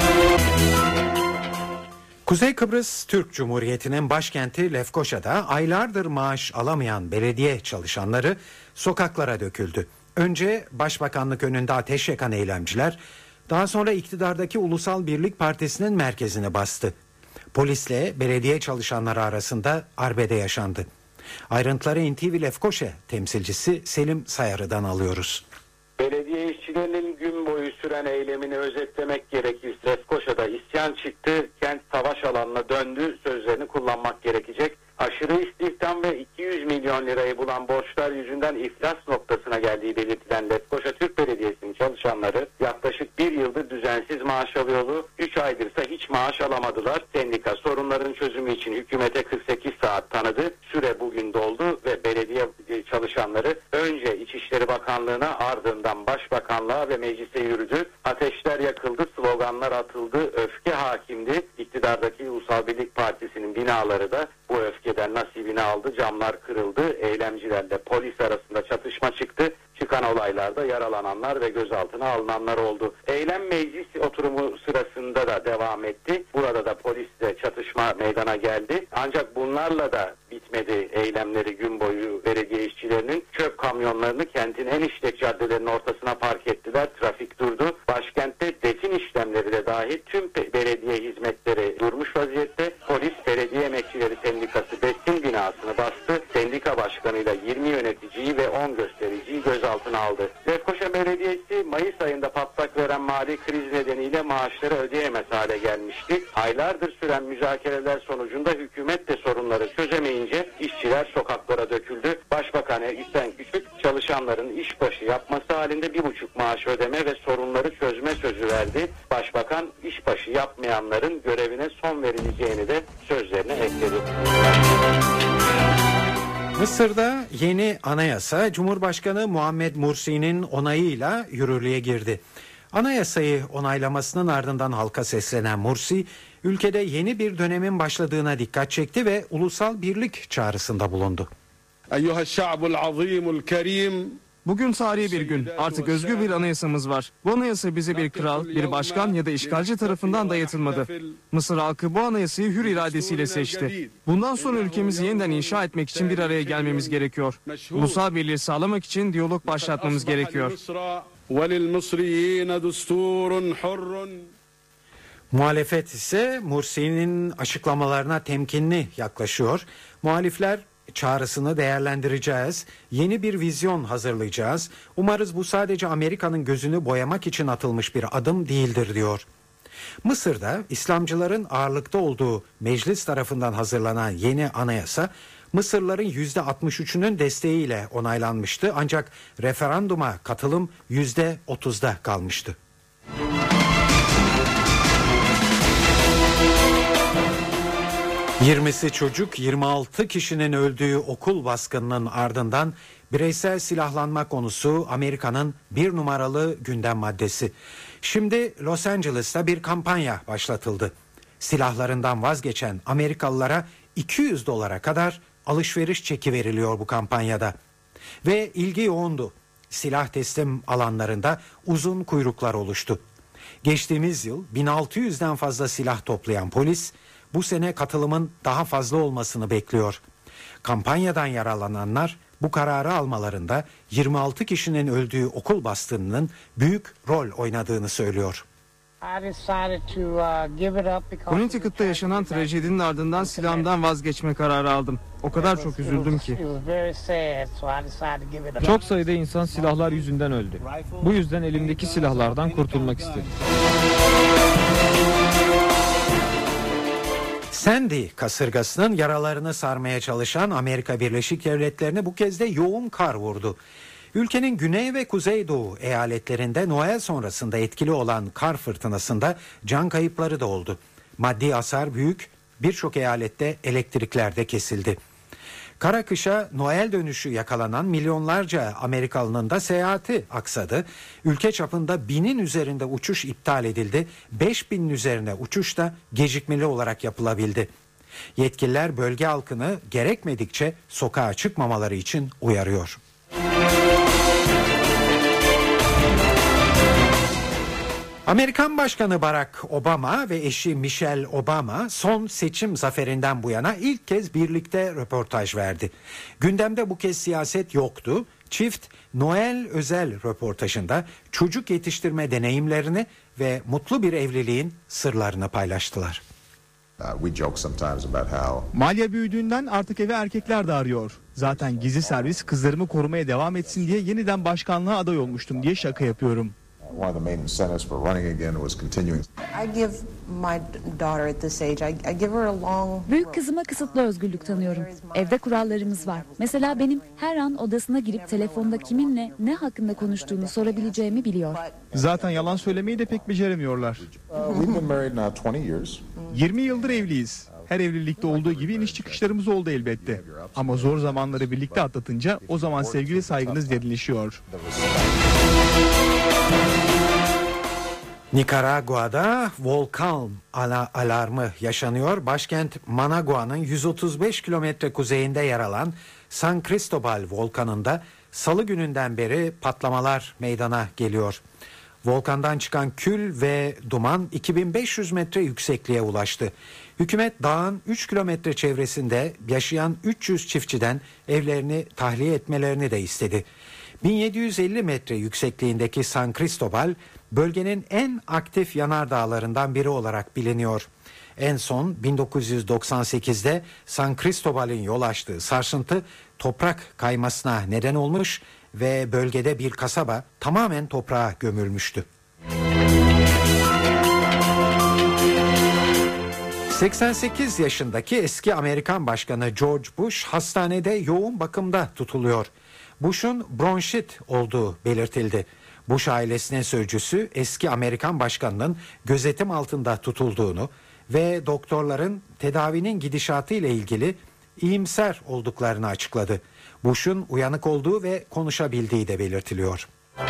Kuzey Kıbrıs Türk Cumhuriyeti'nin başkenti Lefkoşa'da aylardır maaş alamayan belediye çalışanları sokaklara döküldü. Önce Başbakanlık önünde ateş yakan eylemciler, daha sonra iktidardaki Ulusal Birlik Partisi'nin merkezini bastı. Polisle belediye çalışanları arasında arbede yaşandı. Ayrıntıları NTV Lefkoşa temsilcisi Selim Sayarı'dan alıyoruz. Belediye işçilerinin gün boyu süren eylemini özetlemek gerekirse Lefkoşa'da isyan çıktı, kent savaş alanına döndü sözlerini kullanmak gerekecek. Aşırı istihdam ve 200 milyon lirayı bulan borçlar yüzünden iflas noktasına geldiği belirtilen Lefkoşa Türk Belediyesi'nin çalışanları yaklaşık bir yıldır düzensiz maaş alıyordu. 3 aydırsa hiç maaş alamadılar. Sendika sorunların çözümü için hükümete 48 saat tanıdı. Süre bugün doldu ve belediye çalışanları önce İçişleri Bakanlığı'na ardından Başbakanlığa ve meclise yürüdü. Ateşler yakıldı, sloganlar atıldı, öfke hakimdi. İktidardaki Ulusal Birlik Partisi'nin binaları da bu öfkeden nasibini aldı, camlar kırıldı, eylemcilerle polis arasında çatışma çıktı. Çıkan olaylarda yaralananlar ve gözaltına alınanlar oldu. Eylem meclis oturumu sırasında da devam etti. Burada da polisle çatışma meydana geldi. Ancak bunlarla da bitmedi eylemleri gün boyu belediye işçilerinin. Çöp kamyonlarını kentin en işlek caddelerinin ortasına park ettiler. Trafik durdu. Başkentte defin işlemleri de dahil tüm belediye hizmetleri durmuş vaziyette. Polis Belediye Emekçileri Sendikası Bessin binasını bastı. Sendika başkanıyla 20 yöneticiyi ve 10 göstericiyi gözaltına aldı. Lefkoşa Belediyesi Mayıs ayında patlak veren mali kriz nedeniyle maaşları ödeyemez hale gelmişti. Aylardır süren müzakereler sonucunda hükümet de sorunları çözemeyince işçiler sokaklara döküldü. Başbakan İhsan Küçük çalışanların işbaşı yapması halinde 1,5 maaş ödeme ve sorunları çözme sözü verdi. Başbakan işbaşı yapmayanların görevine son verileceğini de sözlerine ekledi. Mısır'da yeni anayasa Cumhurbaşkanı Muhammed Mursi'nin onayıyla yürürlüğe girdi. Anayasayı onaylamasının ardından halka seslenen Mursi, ülkede yeni bir dönemin başladığına dikkat çekti ve ulusal birlik çağrısında bulundu. Bugün tarihi bir gün. Artık özgür bir anayasamız var. Bu anayasa bize bir kral, bir başkan ya da işgalci tarafından dayatılmadı. Mısır halkı bu anayasayı hür iradesiyle seçti. Bundan sonra ülkemizi yeniden inşa etmek için bir araya gelmemiz gerekiyor. Ulusal birliği sağlamak için diyalog başlatmamız gerekiyor. Muhalefet ise Mursi'nin açıklamalarına temkinli yaklaşıyor. Muhalifler çağrısını değerlendireceğiz. Yeni bir vizyon hazırlayacağız. Umarız bu sadece Amerika'nın gözünü boyamak için atılmış bir adım değildir diyor. Mısır'da İslamcıların ağırlıkta olduğu meclis tarafından hazırlanan yeni anayasa Mısırlıların %63'ünün desteğiyle onaylanmıştı. Ancak referanduma katılım %30'da kalmıştı. ...20'si çocuk, 26 kişinin öldüğü okul baskınının ardından bireysel silahlanma konusu Amerika'nın bir numaralı gündem maddesi. Şimdi Los Angeles'ta bir kampanya başlatıldı. Silahlarından vazgeçen Amerikalılara $200 kadar alışveriş çeki veriliyor bu kampanyada. Ve ilgi yoğundu. Silah teslim alanlarında uzun kuyruklar oluştu. Geçtiğimiz yıl 1600'den fazla silah toplayan polis bu sene katılımın daha fazla olmasını bekliyor. Kampanyadan yararlananlar bu kararı almalarında 26 kişinin öldüğü okul bastığının büyük rol oynadığını söylüyor. Connecticut'ta yaşanan trajedinin ardından silahımdan vazgeçme kararı aldım. O kadar çok üzüldüm ki. Çok sayıda insan silahlar yüzünden öldü. Bu yüzden elimdeki silahlardan kurtulmak istedim. Sandy kasırgasının yaralarını sarmaya çalışan Amerika Birleşik Devletleri'ne bu kez de yoğun kar vurdu. Ülkenin güney ve kuzeydoğu eyaletlerinde Noel sonrasında etkili olan kar fırtınasında can kayıpları da oldu. Maddi hasar büyük, birçok eyalette elektrikler de kesildi. Kara kışa Noel dönüşü yakalanan milyonlarca Amerikalının da seyahati aksadı. Ülke çapında 1000'in üzerinde uçuş iptal edildi. 5000'in üzerine uçuş da gecikmeli olarak yapılabildi. Yetkililer bölge halkını gerekmedikçe sokağa çıkmamaları için uyarıyor. Amerikan Başkanı Barack Obama ve eşi Michelle Obama son seçim zaferinden bu yana ilk kez birlikte röportaj verdi. Gündemde bu kez siyaset yoktu. Çift Noel özel röportajında çocuk yetiştirme deneyimlerini ve mutlu bir evliliğin sırlarını paylaştılar. Malya büyüdüğünden artık eve erkekler de arıyor. Zaten gizli servis kızlarımı korumaya devam etsin diye yeniden başkanlığa aday olmuştum diye şaka yapıyorum. Büyük kızıma kısıtlı özgürlük tanıyorum. Evde kurallarımız var. Mesela benim her an odasına girip telefonda kiminle ne hakkında konuştuğumu sorabileceğimi biliyor. Zaten yalan söylemeyi de pek beceremiyorlar. 20 yıldır evliyiz. Her evlilikte olduğu gibi iniş çıkışlarımız oldu elbette. Ama zor zamanları birlikte atlatınca o zaman sevgi ve saygınız derinleşiyor. Nikaragua'da volkan alarmı yaşanıyor. Başkent Managua'nın 135 kilometre kuzeyinde yer alan San Cristobal volkanında salı gününden beri patlamalar meydana geliyor. Volkandan çıkan kül ve duman 2500 metre yüksekliğe ulaştı. Hükümet dağın 3 kilometre çevresinde yaşayan 300 çiftçiden evlerini tahliye etmelerini de istedi. 1750 metre yüksekliğindeki San Cristobal bölgenin en aktif yanardağlarından biri olarak biliniyor. En son 1998'de San Cristobal'in yol açtığı sarsıntı toprak kaymasına neden olmuş ve bölgede bir kasaba tamamen toprağa gömülmüştü. 88 yaşındaki eski Amerikan Başkanı George Bush hastanede yoğun bakımda tutuluyor. Bush'un bronşit olduğu belirtildi. Bush ailesinin sözcüsü eski Amerikan başkanının gözetim altında tutulduğunu ve doktorların tedavinin gidişatı ile ilgili iyimser olduklarını açıkladı. Bush'un uyanık olduğu ve konuşabildiği de belirtiliyor.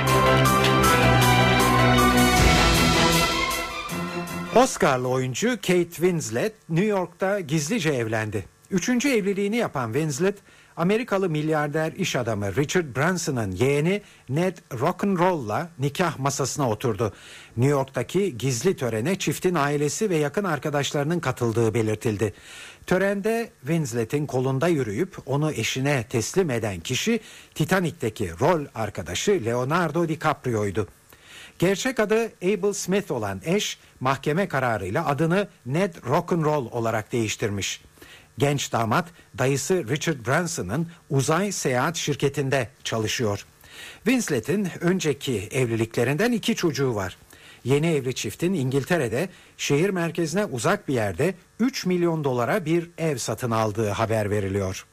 Oscar'lı oyuncu Kate Winslet New York'ta gizlice evlendi. 3. evliliğini yapan Winslet, Amerikalı milyarder iş adamı Richard Branson'ın yeğeni Ned Rock'n'Roll'la nikah masasına oturdu. New York'taki gizli törene çiftin ailesi ve yakın arkadaşlarının katıldığı belirtildi. Törende Winslet'in kolunda yürüyüp onu eşine teslim eden kişi Titanic'teki rol arkadaşı Leonardo DiCaprio'ydu. Gerçek adı Abel Smith olan eş mahkeme kararıyla adını Ned Rock'n'Roll olarak değiştirmiş. Genç damat dayısı Richard Branson'ın uzay seyahat şirketinde çalışıyor. Winslet'in önceki evliliklerinden 2 çocuğu var. Yeni evli çiftin İngiltere'de şehir merkezine uzak bir yerde 3 milyon dolara bir ev satın aldığı haber veriliyor.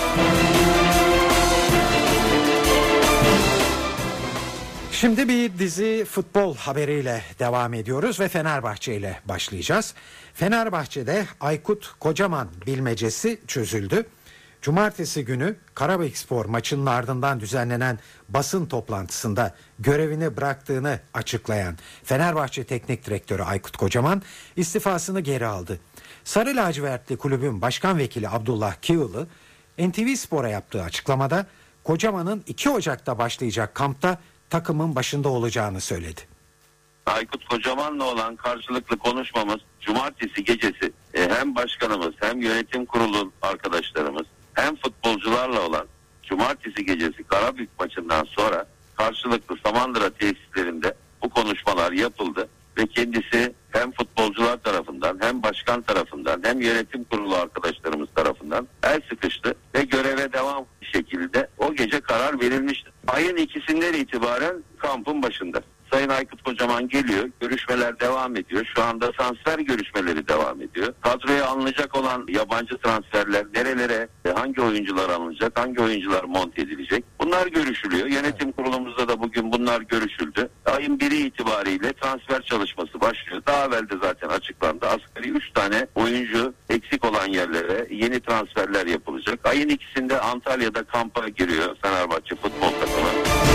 Şimdi bir dizi futbol haberiyle devam ediyoruz ve Fenerbahçe ile başlayacağız. Fenerbahçe'de Aykut Kocaman bilmecesi çözüldü. Cumartesi günü Karabükspor maçının ardından düzenlenen basın toplantısında görevini bıraktığını açıklayan Fenerbahçe Teknik Direktörü Aykut Kocaman istifasını geri aldı. Sarı lacivertli kulübün başkan vekili Abdullah Kığılı NTV Spor'a yaptığı açıklamada Kocaman'ın 2 Ocak'ta başlayacak kampta takımın başında olacağını söyledi. Aykut Kocaman'la olan karşılıklı konuşmamız cumartesi gecesi hem başkanımız hem yönetim kurulu arkadaşlarımız hem futbolcularla olan cumartesi gecesi Karabük maçından sonra karşılıklı Samandıra tesislerinde bu konuşmalar yapıldı ve kendisi hem futbolcular tarafından hem başkan tarafından hem yönetim kurulu arkadaşlarımız tarafından el sıkıştı ve göreve devam şekilde o gece karar verilmişti. Ayın 2'sinden itibaren kampın başında. Sayın Aykut Kocaman geliyor, görüşmeler devam ediyor. Şu anda transfer görüşmeleri devam ediyor. Kadroya alınacak olan yabancı transferler nerelere, hangi oyuncular alınacak, hangi oyuncular monte edilecek? Bunlar görüşülüyor. Yönetim kurulumuzda da bugün bunlar görüşüldü. Ayın 1'i itibariyle transfer çalışması başlıyor. Daha evvel de zaten açıklandı. Asgari 3 tane oyuncu eksik olan yerlere yeni transferler yapılacak. Ayın 2'sinde Antalya'da kampa giriyor Fenerbahçe futbol takımı.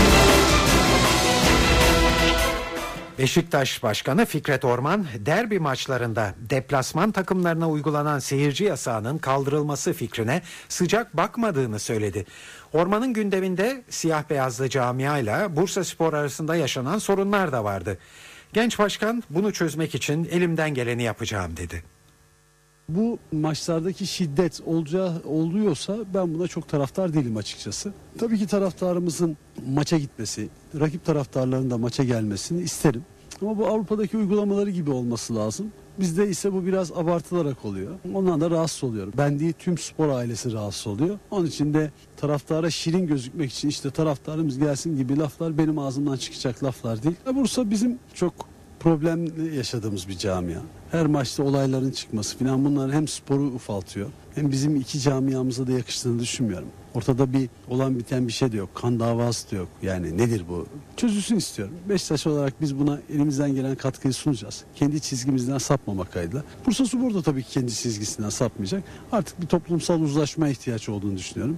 Beşiktaş Başkanı Fikret Orman, derbi maçlarında deplasman takımlarına uygulanan seyirci yasağının kaldırılması fikrine sıcak bakmadığını söyledi. Orman'ın gündeminde siyah beyazlı camiayla Bursaspor arasında yaşanan sorunlar da vardı. Genç başkan bunu çözmek için elimden geleni yapacağım dedi. Bu maçlardaki şiddet oluyorsa ben buna çok taraftar değilim açıkçası. Tabii ki taraftarımızın maça gitmesi, rakip taraftarların da maça gelmesini isterim. Ama bu Avrupa'daki uygulamaları gibi olması lazım. Bizde ise bu biraz abartılarak oluyor. Ondan da rahatsız oluyorum. Ben değil, tüm spor ailesi rahatsız oluyor. Onun için de taraftara şirin gözükmek için işte taraftarımız gelsin gibi laflar benim ağzımdan çıkacak laflar değil. Bursa bizim çok problemli yaşadığımız bir camia. Her maçta olayların çıkması falan bunlar hem sporu ufaltıyor hem bizim iki camiamıza da yakıştığını düşünmüyorum. Ortada bir olan biten bir şey de yok. Kan davası da yok. Yani nedir bu? Çözülsün istiyorum. Beşiktaş olarak biz buna elimizden gelen katkıyı sunacağız. Kendi çizgimizden sapmamak kaydıyla. Bursaspor da tabii ki kendi çizgisinden sapmayacak. Artık bir toplumsal uzlaşmaya ihtiyaç olduğunu düşünüyorum.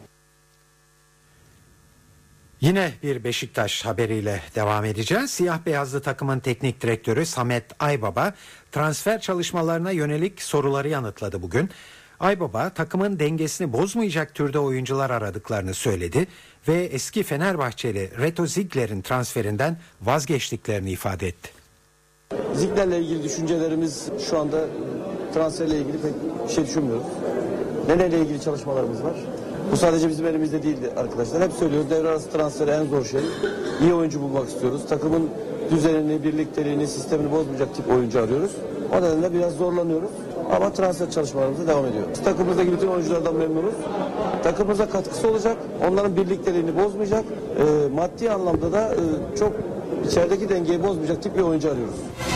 Yine bir Beşiktaş haberiyle devam edeceğiz. Siyah beyazlı takımın teknik direktörü Samet Aybaba transfer çalışmalarına yönelik soruları yanıtladı bugün. Aybaba takımın dengesini bozmayacak türde oyuncular aradıklarını söyledi ve eski Fenerbahçeli Reto Ziegler'in transferinden vazgeçtiklerini ifade etti. Ziegler'le ilgili düşüncelerimiz şu anda transferle ilgili pek bir şey düşünmüyoruz. Nelerle ilgili çalışmalarımız var? Bu sadece bizim elimizde değildi arkadaşlar. Hep söylüyoruz, devre arası transferi en zor şey. İyi oyuncu bulmak istiyoruz. Takımın düzenini, birlikteliğini, sistemini bozmayacak tip oyuncu arıyoruz. O nedenle biraz zorlanıyoruz. Ama transfer çalışmalarımıza devam ediyoruz. Takımımızdaki bütün oyunculardan memnunuz. Takımımıza katkısı olacak. Onların birlikteliğini bozmayacak. Maddi anlamda da çok içerideki dengeyi bozmayacak tip bir oyuncu arıyoruz.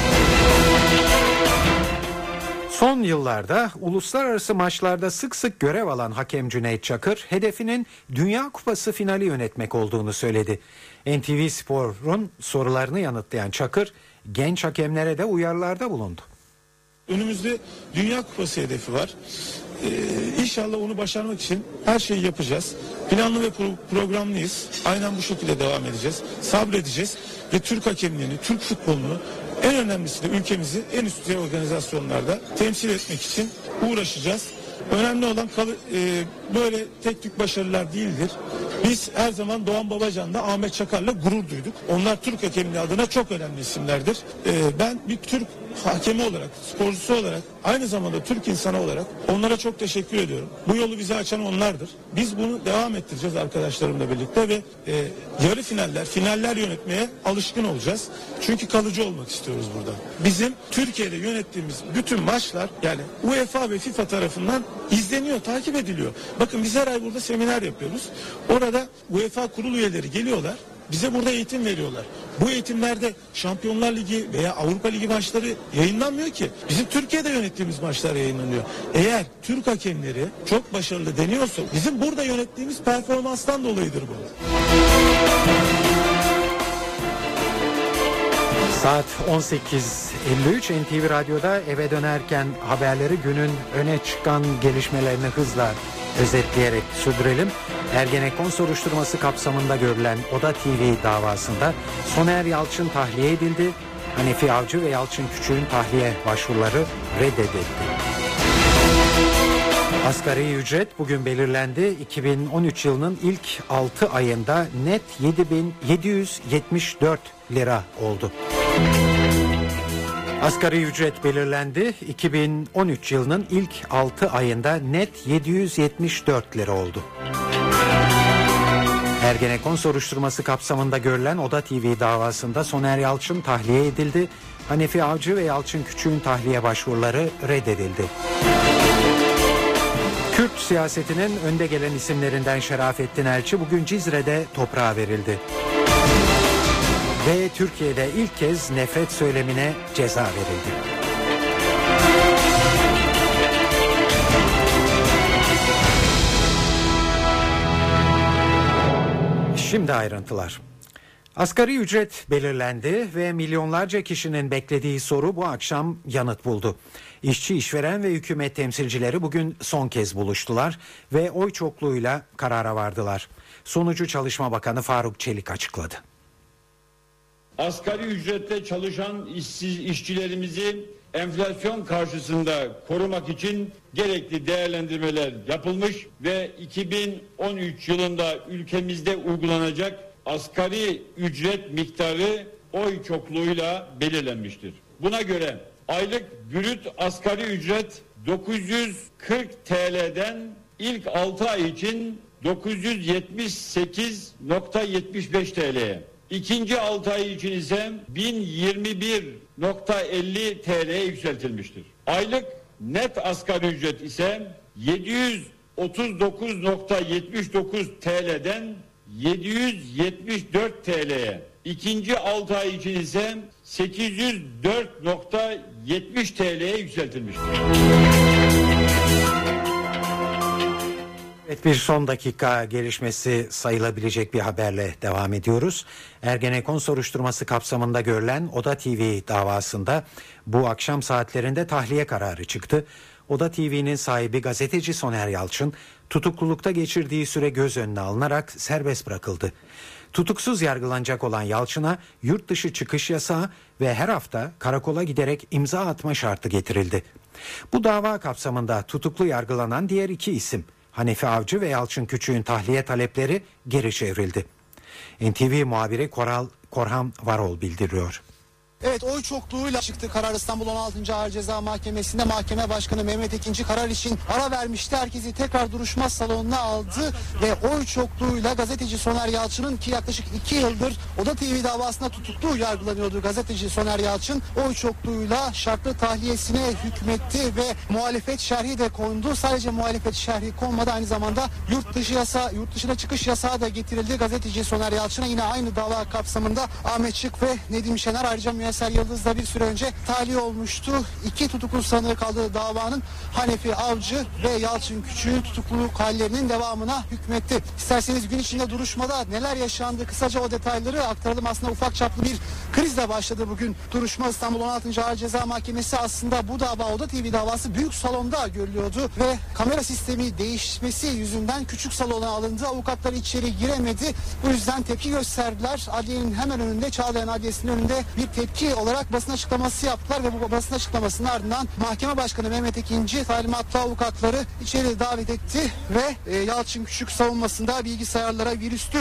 Son yıllarda uluslararası maçlarda sık sık görev alan hakem Cüneyt Çakır, hedefinin Dünya Kupası finali yönetmek olduğunu söyledi. NTV Spor'un sorularını yanıtlayan Çakır, genç hakemlere de uyarılarda bulundu. Önümüzde Dünya Kupası hedefi var. İnşallah onu başarmak için her şeyi yapacağız. Planlı ve programlıyız. Aynen bu şekilde devam edeceğiz. Sabredeceğiz ve Türk hakemliğini, Türk futbolunu, en önemlisi de ülkemizi en üst düzey organizasyonlarda temsil etmek için uğraşacağız. Önemli olan böyle tek tük başarılar değildir. Biz her zaman Doğan Babacan'la Ahmet Çakar'la gurur duyduk. Onlar Türk hakemliği adına çok önemli isimlerdir. Ben bir Türk hakemi olarak, sporcusu olarak, aynı zamanda Türk insanı olarak onlara çok teşekkür ediyorum. Bu yolu bize açan onlardır. Biz bunu devam ettireceğiz arkadaşlarımla birlikte ve yarı finaller yönetmeye alışkın olacağız. Çünkü kalıcı olmak istiyoruz burada. Bizim Türkiye'de yönettiğimiz bütün maçlar yani UEFA ve FIFA tarafından izleniyor, takip ediliyor. Bakın biz her ay burada seminer yapıyoruz. Orada UEFA kurul üyeleri geliyorlar. Bize burada eğitim veriyorlar. Bu eğitimlerde Şampiyonlar Ligi veya Avrupa Ligi maçları yayınlanmıyor ki. Bizim Türkiye'de yönettiğimiz maçlar yayınlanıyor. Eğer Türk hakemleri çok başarılı deniyorsa bizim burada yönettiğimiz performanstan dolayıdır bu. Saat 18.53 NTV Radyo'da eve dönerken haberleri günün öne çıkan gelişmelerini hızla Özetleyerek sürdürelim. Ergenekon soruşturması kapsamında görülen Oda TV davasında Soner Yalçın tahliye edildi. Hanefi Avcı ve Yalçın Küçük'ün tahliye başvuruları reddedildi. Asgari ücret bugün belirlendi. 2013 yılının ilk 6 ayında net 7.774 lira oldu. Asgari ücret belirlendi. 2013 yılının ilk 6 ayında net 774 lira oldu. Ergenekon soruşturması kapsamında görülen Oda TV davasında Soner Yalçın tahliye edildi. Hanefi Avcı ve Yalçın Küçük'ün tahliye başvuruları reddedildi. Kürt siyasetinin önde gelen isimlerinden Şerafettin Elçi bugün Cizre'de toprağa verildi. Ve Türkiye'de ilk kez nefret söylemine ceza verildi. Şimdi ayrıntılar. Asgari ücret belirlendi ve milyonlarca kişinin beklediği soru bu akşam yanıt buldu. İşçi, işveren ve hükümet temsilcileri bugün son kez buluştular ve oy çokluğuyla karara vardılar. Sonucu Çalışma Bakanı Faruk Çelik açıkladı. Asgari ücretle çalışan işçilerimizi enflasyon karşısında korumak için gerekli değerlendirmeler yapılmış ve 2013 yılında ülkemizde uygulanacak asgari ücret miktarı oy çokluğuyla belirlenmiştir. Buna göre aylık brüt asgari ücret 940 TL'den ilk 6 ay için 978.75 TL'ye. İkinci 6 ay için ise 1021.50 TL'ye yükseltilmiştir. Aylık net asgari ücret ise 739.79 TL'den 774 TL'ye. İkinci 6 ay için ise 804.70 TL'ye yükseltilmiştir. Evet, bir son dakika gelişmesi sayılabilecek bir haberle devam ediyoruz. Ergenekon soruşturması kapsamında görülen Oda TV davasında bu akşam saatlerinde tahliye kararı çıktı. Oda TV'nin sahibi gazeteci Soner Yalçın tutuklulukta geçirdiği süre göz önüne alınarak serbest bırakıldı. Tutuksuz yargılanacak olan Yalçın'a yurt dışı çıkış yasağı ve her hafta karakola giderek imza atma şartı getirildi. Bu dava kapsamında tutuklu yargılanan diğer iki isim Hanefi Avcı ve Yalçın Küçük'ün tahliye talepleri geri çevrildi. NTV muhabiri Korhan Varol bildiriyor. Evet, oy çokluğuyla çıktı karar. İstanbul 16. Ağır Ceza Mahkemesi'nde Mahkeme Başkanı Mehmet Ekinci karar için ara vermişti. Herkesi tekrar duruşma salonuna aldı ve oy çokluğuyla gazeteci Soner Yalçın'ın, ki yaklaşık 2 yıldır Oda TV davasında tutuklu yargılanıyordu gazeteci Soner Yalçın, oy çokluğuyla şartlı tahliyesine hükmetti ve muhalefet şerhi de kondu. Sadece muhalefet şerhi konmadı, aynı zamanda yurt dışına çıkış yasağı da getirildi gazeteci Soner Yalçın'a. Yine aynı dava kapsamında Ahmet Şık ve Nedim Şener, ayrıca Müyesser Yıldız da bir süre önce tahliye olmuştu. İki tutuklu sanığı kaldığı davanın Hanefi Avcı ve Yalçın Küçük'ün tutukluluk hallerinin devamına hükmetti. İsterseniz gün içinde duruşmada neler yaşandı, kısaca o detayları aktaralım. Aslında ufak çaplı bir krizle başladı bugün duruşma. İstanbul 16. Ağır Ceza Mahkemesi, aslında bu dava, Oda TV davası büyük salonda görülüyordu ve kamera sistemi değişmesi yüzünden küçük salona alındı. Avukatlar içeri giremedi. Bu yüzden tepki gösterdiler. Adliyenin hemen önünde, Çağlayan Adliyesi'nin önünde bir tepki olarak basın açıklaması yaptılar ve bu basın açıklamasının ardından Mahkeme Başkanı Mehmet Ekinci talimatlı avukatları içeri davet etti ve Yalçın Küçük savunmasında bilgisayarlara virüslü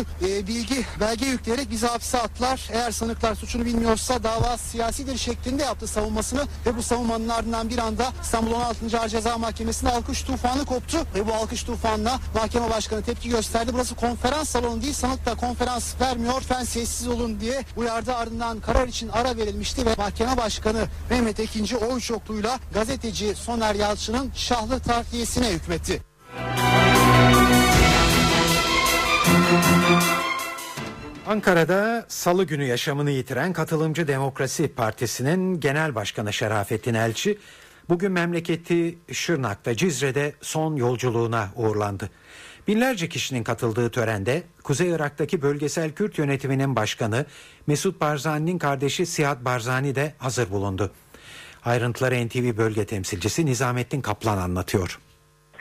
belge yükleyerek bizi hapse attılar. Eğer sanıklar suçunu bilmiyorsa dava siyasidir şeklinde yaptı savunmasını ve bu savunmanın ardından bir anda İstanbul 16. Ağır Ceza Mahkemesi'nde alkış tufanı koptu ve bu alkış tufanına Mahkeme Başkanı tepki gösterdi. Burası konferans salonu değil, sanık da konferans vermiyor, lütfen sessiz olun diye uyardı. Ardından karar için ara verilmişti ve Mahkeme Başkanı Mehmet Ekinci oy çokluğuyla gazeteci Soner Yalçın'ın şahlı tahliyesine hükmetti. Ankara'da salı günü yaşamını yitiren Katılımcı Demokrasi Partisi'nin Genel Başkanı Şerafettin Elçi bugün memleketi Şırnak'ta Cizre'de son yolculuğuna uğurlandı. Binlerce kişinin katıldığı törende Kuzey Irak'taki bölgesel Kürt yönetiminin başkanı Mesut Barzani'nin kardeşi Sihat Barzani de hazır bulundu. Ayrıntıları NTV bölge temsilcisi Nizamettin Kaplan anlatıyor. Kürt siyasal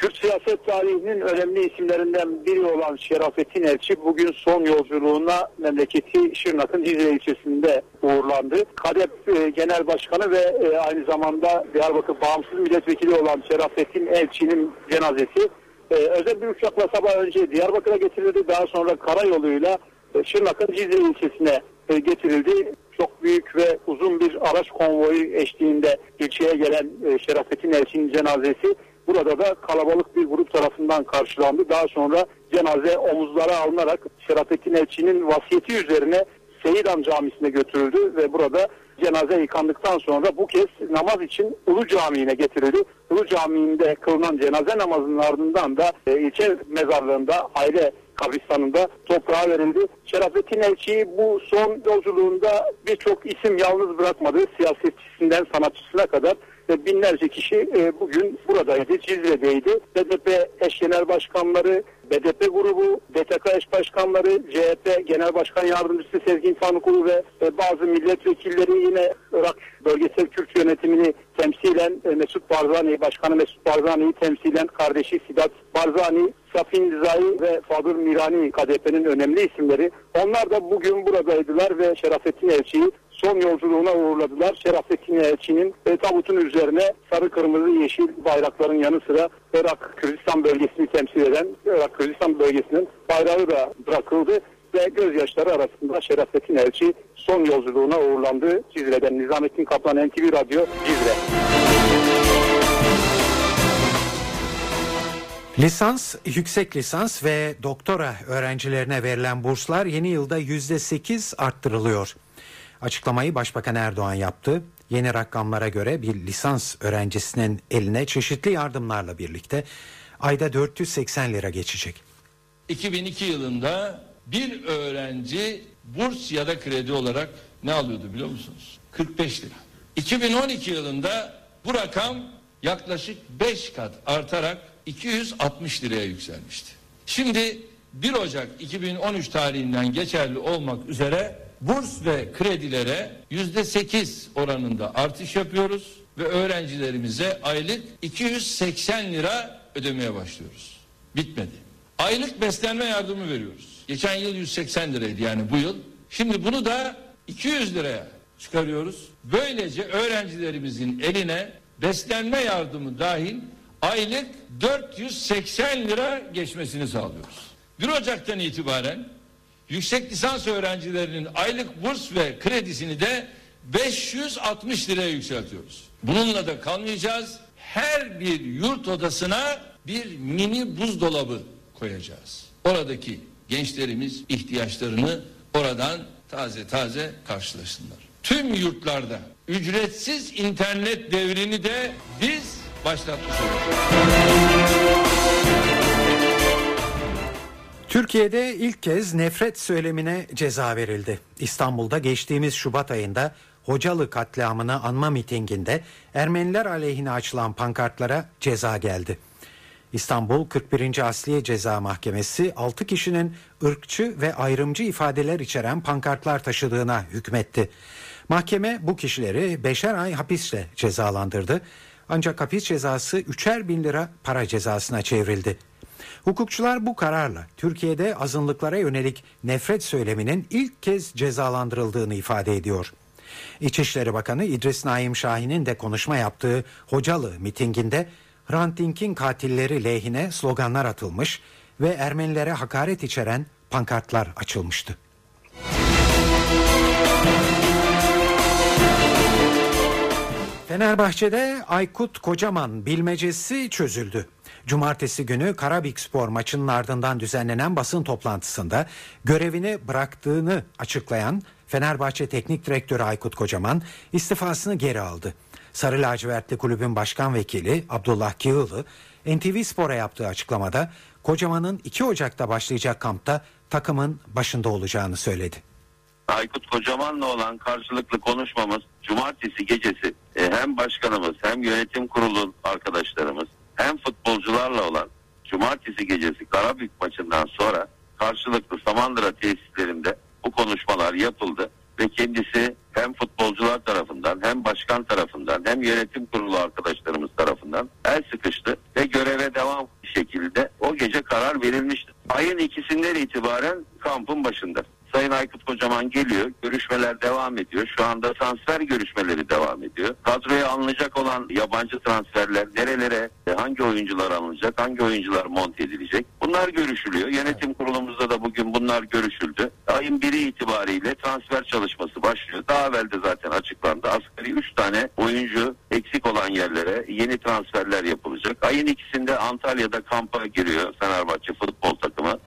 siyaset tarihinin önemli isimlerinden biri olan Şerafettin Elçi bugün son yolculuğuna memleketi Şırnak'ın Cizre ilçesinde uğurlandı. KADEP Genel Başkanı ve aynı zamanda Diyarbakır Bağımsız Milletvekili olan Şerafettin Elçi'nin cenazesi özel bir uçakla sabah önce Diyarbakır'a getirildi. Daha sonra karayoluyla Şırnak'ın Cizre ilçesine getirildi. Çok büyük ve uzun bir araç konvoyu eşliğinde ilçeye gelen Şerafettin Elçi'nin cenazesi burada da kalabalık bir grup tarafından karşılandı. Daha sonra cenaze omuzlara alınarak Şerafettin Elçi'nin vasiyeti üzerine Seyran Camisi'ne götürüldü ve burada cenaze yıkandıktan sonra bu kez namaz için Ulu Camii'ne getirildi. Ulu Camii'nde kılınan cenaze namazının ardından da ilçe mezarlığında, aile kabristanında toprağa verildi. Şerafettin Elçi'yi bu son yolculuğunda birçok isim yalnız bırakmadı. Siyasetçisinden sanatçısına kadar binlerce kişi bugün buradaydı, Cizre'deydi. BDP eş genel başkanları, BDP grubu, BTK eş başkanları, CHP Genel Başkan Yardımcısı Sezgin Tanrıkulu ve bazı milletvekilleri yine Irak bölgesel Kürt yönetimini temsilen Mesut Barzani, Başkanı Mesut Barzani'yi temsilen kardeşi Sidat Barzani, Safin Dizai ve Fadıl Mirani KDP'nin önemli isimleri. Onlar da bugün buradaydılar ve Şerafettin Elçi'yi son yolculuğuna uğurladılar. Şerafettin Elçi'nin tabutun üzerine sarı, kırmızı, yeşil bayrakların yanı sıra Irak Kürdistan bölgesini temsil eden Irak Kürdistan bölgesinin bayrağı da bırakıldı ve gözyaşları arasında Şerafettin Elçi son yolculuğuna uğurlandı. Cizre'den Nizamettin Kaplan, NTV Radyo, Cizre. Lisans, yüksek lisans ve doktora öğrencilerine verilen burslar yeni yılda %8 arttırılıyor. Açıklamayı Başbakan Erdoğan yaptı. Yeni rakamlara göre bir lisans öğrencisinin eline çeşitli yardımlarla birlikte ayda 480 lira geçecek. 2002 yılında bir öğrenci burs ya da kredi olarak ne alıyordu biliyor musunuz? 45 lira. 2012 yılında bu rakam yaklaşık 5 kat artarak 260 liraya yükselmişti. Şimdi 1 Ocak 2013 tarihinden geçerli olmak üzere burs ve kredilere %8 oranında artış yapıyoruz ve öğrencilerimize aylık 280 lira ödemeye başlıyoruz. Bitmedi. Aylık beslenme yardımı veriyoruz. Geçen yıl 180 liraydı yani bu yıl. Şimdi bunu da 200 liraya çıkarıyoruz. Böylece öğrencilerimizin eline beslenme yardımı dahil aylık 480 lira geçmesini sağlıyoruz. 1 Ocak'tan itibaren yüksek lisans öğrencilerinin aylık burs ve kredisini de 560 liraya yükseltiyoruz. Bununla da kalmayacağız. Her bir yurt odasına bir mini buzdolabı koyacağız. Oradaki gençlerimiz ihtiyaçlarını oradan taze taze karşılasınlar. Tüm yurtlarda ücretsiz internet devrini de biz başlatmış olacağız. Türkiye'de ilk kez nefret söylemine ceza verildi. İstanbul'da geçtiğimiz Şubat ayında Hocalı katliamını anma mitinginde Ermeniler aleyhine açılan pankartlara ceza geldi. İstanbul 41. Asliye Ceza Mahkemesi 6 kişinin ırkçı ve ayrımcı ifadeler içeren pankartlar taşıdığına hükmetti. Mahkeme bu kişileri 5'er ay hapisle cezalandırdı. Ancak hapis cezası 3'er bin lira para cezasına çevrildi. Hukukçular bu kararla Türkiye'de azınlıklara yönelik nefret söyleminin ilk kez cezalandırıldığını ifade ediyor. İçişleri Bakanı İdris Naim Şahin'in de konuşma yaptığı Hocalı mitinginde Hrant Dink'in katilleri lehine sloganlar atılmış ve Ermenilere hakaret içeren pankartlar açılmıştı. Fenerbahçe'de Aykut Kocaman bilmecesi çözüldü. Cumartesi günü Karabükspor maçının ardından düzenlenen basın toplantısında görevini bıraktığını açıklayan Fenerbahçe Teknik Direktörü Aykut Kocaman istifasını geri aldı. Sarı lacivertli kulübün başkan vekili Abdullah Kağılı NTV Spor'a yaptığı açıklamada Kocaman'ın 2 Ocak'ta başlayacak kampta takımın başında olacağını söyledi. Aykut Kocaman'la olan karşılıklı konuşmamız cumartesi gecesi hem başkanımız hem yönetim kurulu arkadaşlarımız hem futbolcularla olan cumartesi gecesi Karabük maçından sonra karşılıklı Samandıra tesislerinde bu konuşmalar yapıldı ve kendisi hem futbolcular tarafından, hem başkan tarafından, hem yönetim kurulu arkadaşlarımız tarafından el sıkıştı ve göreve devam şekilde o gece karar verilmişti. Ayın 2'sinden itibaren kampın başında. Sayın Aykut Kocaman geliyor, görüşmeler devam ediyor. Şu anda transfer görüşmeleri devam ediyor. Kadroya alınacak olan yabancı transferler nerelere, hangi oyuncular alınacak, hangi oyuncular monte edilecek? Bunlar görüşülüyor. Yönetim kurulumuzda da bugün bunlar görüşüldü. Ayın 1'i itibariyle transfer çalışması başlıyor. Daha evvel de zaten açıklandı. Asgari 3 tane oyuncu eksik olan yerlere yeni transferler yapılacak. Ayın 2'sinde Antalya'da kampa giriyor Fenerbahçe futbol takımı.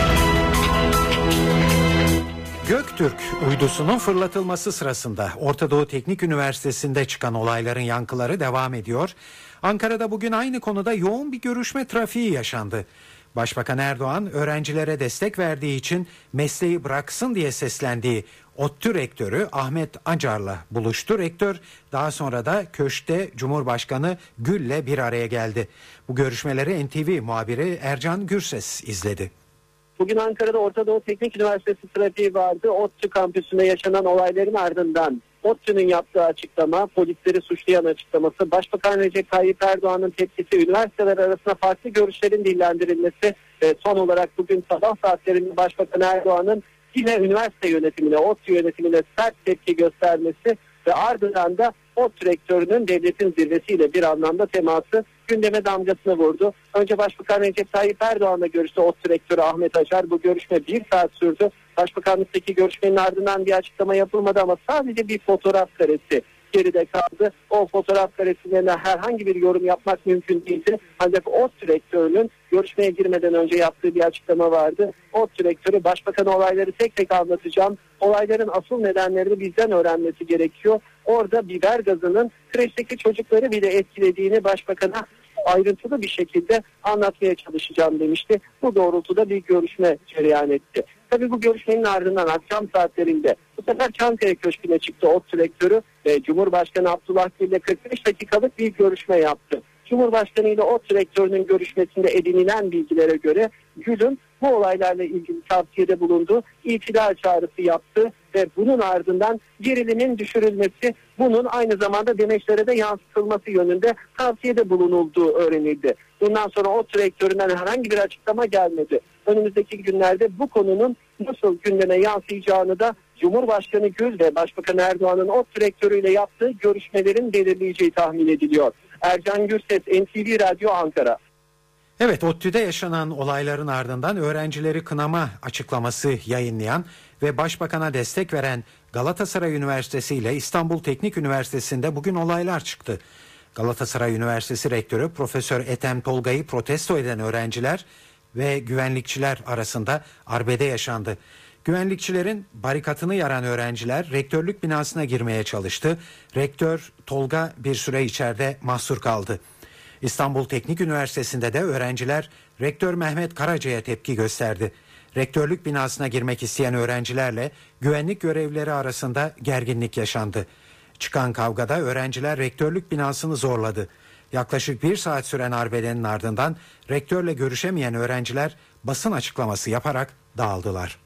Göktürk uydusunun fırlatılması sırasında Orta Doğu Teknik Üniversitesi'nde çıkan olayların yankıları devam ediyor. Ankara'da bugün aynı konuda yoğun bir görüşme trafiği yaşandı. Başbakan Erdoğan öğrencilere destek verdiği için mesleği bıraksın diye seslendiği ODTÜ rektörü Ahmet Acar'la buluştu. Rektör daha sonra da köşkte Cumhurbaşkanı Gül'le bir araya geldi. Bu görüşmeleri NTV muhabiri Ercan Gürses izledi. Bugün Ankara'da Orta Doğu Teknik Üniversitesi trafiği vardı. ODTÜ kampüsünde yaşanan olayların ardından ODTÜ'nün yaptığı açıklama, polisleri suçlayan açıklaması, Başbakan Recep Tayyip Erdoğan'ın tepkisi, üniversiteler arasında farklı görüşlerin dillendirilmesi ve son olarak bugün sabah saatlerinde Başbakan Erdoğan'ın yine üniversite yönetimine, ODTÜ yönetimine sert tepki göstermesi ve ardından da ODTÜ rektörünün devletin zirvesiyle bir anlamda teması gündeme damgasını vurdu. Önce Başbakan Recep Tayyip Erdoğan'la görüştü ODTÜ rektörü Ahmet Acar. Bu görüşme 1 saat sürdü. Başbakanlıktaki görüşmenin ardından bir açıklama yapılmadı ama sadece bir fotoğraf karesi geride kaldı. O fotoğraf karesinden herhangi bir yorum yapmak mümkün değildi. Ancak ODTÜ rektörünün görüşmeye girmeden önce yaptığı bir açıklama vardı. ODTÜ rektörü Başbakan'a olayları tek tek anlatacağım. Olayların asıl nedenlerini bizden öğrenmesi gerekiyor. Orada biber gazının kreşteki çocukları bile etkilediğini Başbakan'a ayrıntılı bir şekilde anlatmaya çalışacağım demişti. Bu doğrultuda bir görüşme cereyan etti. Tabii bu görüşmenin ardından akşam saatlerinde bu sefer Çankaya Köşkü'ne çıktı ODTÜ rektörü ve Cumhurbaşkanı Abdullah Gül ile 45 dakikalık bir görüşme yaptı. Cumhurbaşkanı ile ODTÜ rektörünün görüşmesinde edinilen bilgilere göre Gül'ün bu olaylarla ilgili tavsiyede bulundu, itidal çağrısı yaptı ve bunun ardından gerilimin düşürülmesi, bunun aynı zamanda demeçlere de yansıtılması yönünde tavsiyede bulunulduğu öğrenildi. Bundan sonra ODTÜ rektöründen herhangi bir açıklama gelmedi. Önümüzdeki günlerde bu konunun nasıl gündeme yansıyacağını da Cumhurbaşkanı Gül ve Başbakan Erdoğan'ın ODTÜ rektörüyle yaptığı görüşmelerin belirleyeceği tahmin ediliyor. Ercan Gürses, NTV Radyo, Ankara. Evet, ODTÜ'de yaşanan olayların ardından öğrencileri kınama açıklaması yayınlayan ve Başbakan'a destek veren Galatasaray Üniversitesi ile İstanbul Teknik Üniversitesi'nde bugün olaylar çıktı. Galatasaray Üniversitesi Rektörü Profesör Ethem Tolga'yı protesto eden öğrenciler ve güvenlikçiler arasında arbede yaşandı. Güvenlikçilerin barikatını yaran öğrenciler rektörlük binasına girmeye çalıştı. Rektör Tolga bir süre içeride mahsur kaldı. İstanbul Teknik Üniversitesi'nde de öğrenciler Rektör Mehmet Karaca'ya tepki gösterdi. Rektörlük binasına girmek isteyen öğrencilerle güvenlik görevlileri arasında gerginlik yaşandı. Çıkan kavgada öğrenciler rektörlük binasını zorladı. Yaklaşık 1 saat süren arbedenin ardından rektörle görüşemeyen öğrenciler basın açıklaması yaparak dağıldılar.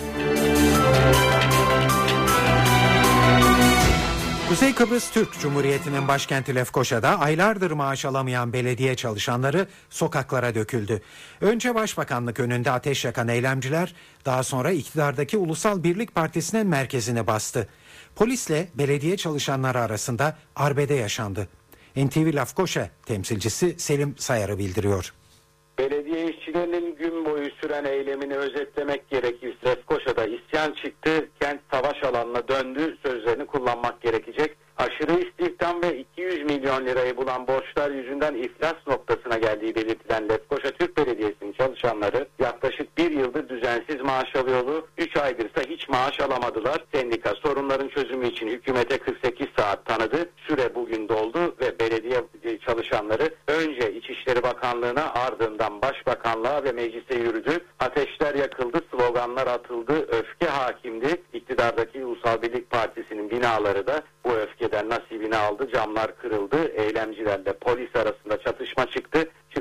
Kuzey Kıbrıs Türk Cumhuriyeti'nin başkenti Lefkoşa'da aylardır maaş alamayan belediye çalışanları sokaklara döküldü. Önce Başbakanlık önünde ateş yakan eylemciler daha sonra iktidardaki Ulusal Birlik Partisi'nin merkezini bastı. Polisle belediye çalışanları arasında arbede yaşandı. NTV Lefkoşa temsilcisi Selim Sayar'ı bildiriyor. Belediye işçilerinin gün boyu süren eylemini özetlemek gerekirse Lefkoşa'da isyan çıktı, kent savaş alanına döndü sözlerini kullanmak gerekecek. Aşırı istihdam ve 200 milyon lirayı bulan borçlar yüzünden iflas noktasına geldiği belirtilen Lefkoşa Türk Belediyesi'nin çalışanları yaklaşık 1 yıldır düzensiz maaş alıyordu. 3 aydırsa hiç maaş alamadılar. Sendika sorunların çözümü için hükümete 48 saat tanıdı. Süre bugün doldu ve belediye çalışanları önce İçişleri Bakanlığı'na ardından Başbakanlığa ve meclise yürüdü. Ateşler yakıldı, sloganlar atıldı, öfke hakimdi. İktidardaki Ulusal Birlik Partisi'nin binaları da bu öfkeden nasibini aldı, camlar kırıldı. Eylemcilerle polis arasında çatışma çıktı.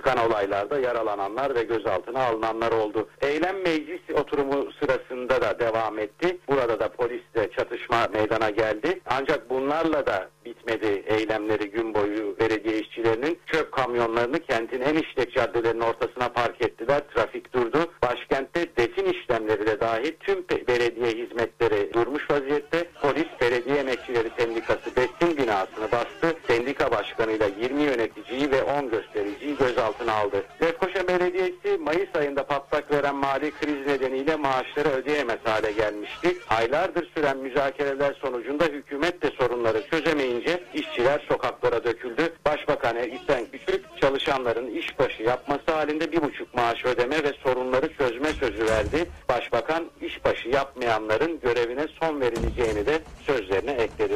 Çıkan olaylarda yaralananlar ve gözaltına alınanlar oldu. Eylem meclis oturumu sırasında da devam etti. Burada da polisle çatışma meydana geldi. Ancak bunlarla da bitmedi eylemleri gün boyu. Belediye işçilerinin çöp kamyonlarını kentin en işlek caddelerinin ortasına park ettiler. Trafik durdu. Başkentte defin işlemleri de dahil tüm belediye hizmetleri durmuş vaziyette. Polis Belediye Emekçileri Sendikası Besin binasını bastı. Sendika başkanıyla 20 yöneticiyi ve 10 göstericiyi gözaltına aldı. Lefkoşa Belediyesi Mayıs ayında patlak veren mali kriz nedeniyle maaşları ödeyemez hale gelmişti. Aylardır süren müzakereler sonucunda hükümet de sorunları çözemeyince işçiler sokaklara döküldü. Başbakan İhsan Küçük çalışanların işbaşı yapması halinde 1,5 maaş ödeme ve sorunları çözme sözü verdi. Başbakan işbaşı yapmayanların görevine son verileceğini de sözlerine ekledi.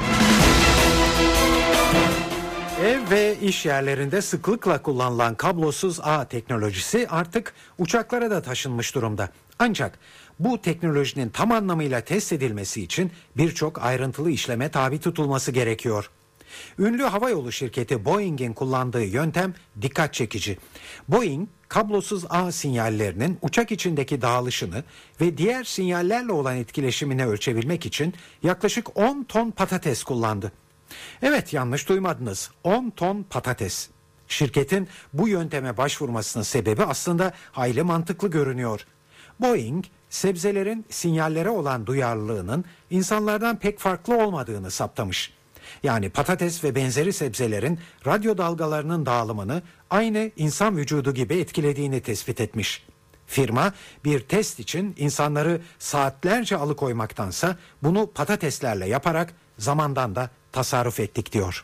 Ev ve iş yerlerinde sıklıkla kullanılan kablosuz ağ teknolojisi artık uçaklara da taşınmış durumda. Ancak bu teknolojinin tam anlamıyla test edilmesi için birçok ayrıntılı işleme tabi tutulması gerekiyor. Ünlü havayolu şirketi Boeing'in kullandığı yöntem dikkat çekici. Boeing, kablosuz ağ sinyallerinin uçak içindeki dağılışını ve diğer sinyallerle olan etkileşimini ölçebilmek için yaklaşık 10 ton patates kullandı. Evet, yanlış duymadınız, 10 ton patates. Şirketin bu yönteme başvurmasının sebebi aslında hayli mantıklı görünüyor. Boeing, sebzelerin sinyallere olan duyarlılığının insanlardan pek farklı olmadığını saptamış. Yani patates ve benzeri sebzelerin radyo dalgalarının dağılımını aynı insan vücudu gibi etkilediğini tespit etmiş. Firma bir test için insanları saatlerce alıkoymaktansa bunu patateslerle yaparak zamandan da tasarruf ettik diyor.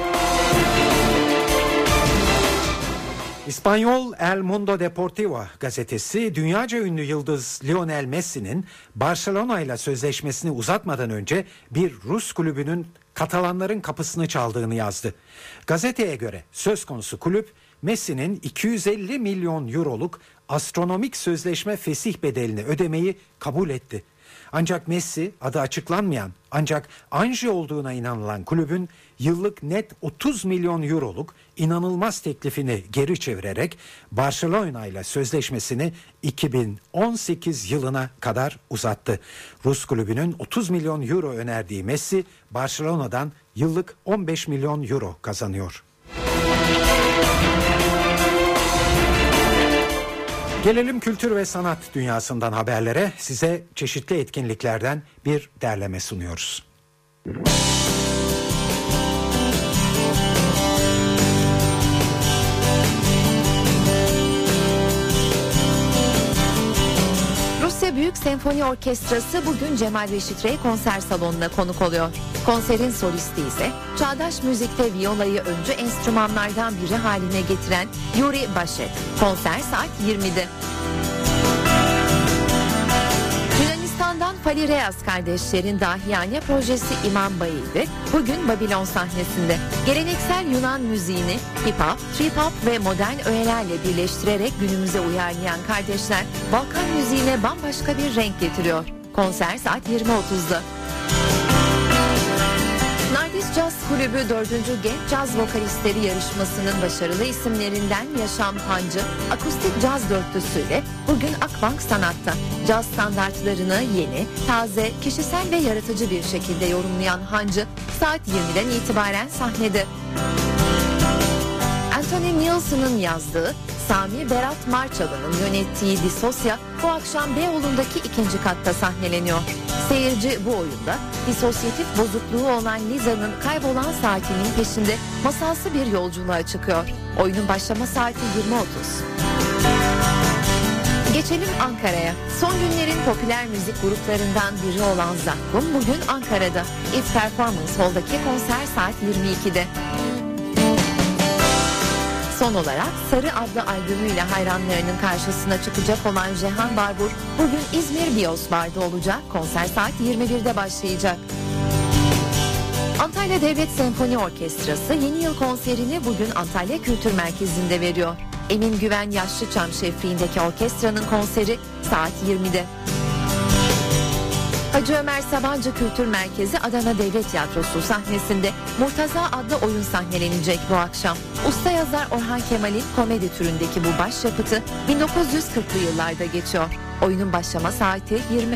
İspanyol El Mundo Deportivo gazetesi dünyaca ünlü yıldız Lionel Messi'nin Barcelona ile sözleşmesini uzatmadan önce bir Rus kulübünün Katalanların kapısını çaldığını yazdı. Gazeteye göre söz konusu kulüp Messi'nin 250 milyon euroluk astronomik sözleşme fesih bedelini ödemeyi kabul etti. Ancak Messi, adı açıklanmayan ancak Anji olduğuna inanılan kulübün yıllık net 30 milyon euroluk inanılmaz teklifini geri çevirerek Barcelona ile sözleşmesini 2018 yılına kadar uzattı. Rus kulübünün 30 milyon euro önerdiği Messi, Barcelona'dan yıllık 15 milyon euro kazanıyor. Gelelim kültür ve sanat dünyasından haberlere. Size çeşitli etkinliklerden bir derleme sunuyoruz. Rusya Büyük Senfoni Orkestrası bugün Cemal Reşit Rey konser salonuna konuk oluyor. Konserin solisti ise çağdaş müzikte viyolayı öncü enstrümanlardan biri haline getiren Yuri Bashet. Konser saat 20'de. Yunanistan'dan Fali Reyes kardeşlerin dahiyane projesi İmam Bayildi bugün Babilon sahnesinde. Geleneksel Yunan müziğini hip hop, trip hop ve modern öğelerle birleştirerek günümüze uyarlayan kardeşler Balkan müziğine bambaşka bir renk getiriyor. Konser saat 20.30'da. Nardis Caz Kulübü 4. Genç Caz Vokalistleri yarışmasının başarılı isimlerinden Yaşam Hancı, akustik caz dörtlüsüyle bugün Akbank Sanat'ta caz standartlarını yeni, taze, kişisel ve yaratıcı bir şekilde yorumlayan Hancı saat 20'den itibaren sahnede. Anthony Nilsson'ın yazdığı, Sami Berat Marçalı'nın yönettiği Disosya bu akşam Beyoğlu'ndaki 2. katta sahneleniyor. Seyirci bu oyunda disosyatif bozukluğu olan Liza'nın kaybolan saatinin peşinde masalsı bir yolculuğa çıkıyor. Oyunun başlama saati 20.30. Geçelim Ankara'ya. Son günlerin popüler müzik gruplarından biri olan Zakkum bugün Ankara'da. If Performance Hall'daki konser saat 22'de. Son olarak Sarı adlı albümüyle hayranlarının karşısına çıkacak olan Cehan Barbur bugün İzmir Bios Bar'da olacak. Konser saat 21'de başlayacak. Antalya Devlet Senfoni Orkestrası yeni yıl konserini bugün Antalya Kültür Merkezi'nde veriyor. Emin Güven Yaşlıçam şefliğindeki orkestranın konseri saat 20'de. Hacı Ömer Sabancı Kültür Merkezi Adana Devlet Tiyatrosu sahnesinde Murtaza adlı oyun sahnelenecek bu akşam. Usta yazar Orhan Kemal'in komedi türündeki bu başyapıtı 1940'lı yıllarda geçiyor. Oyunun başlama saati 20.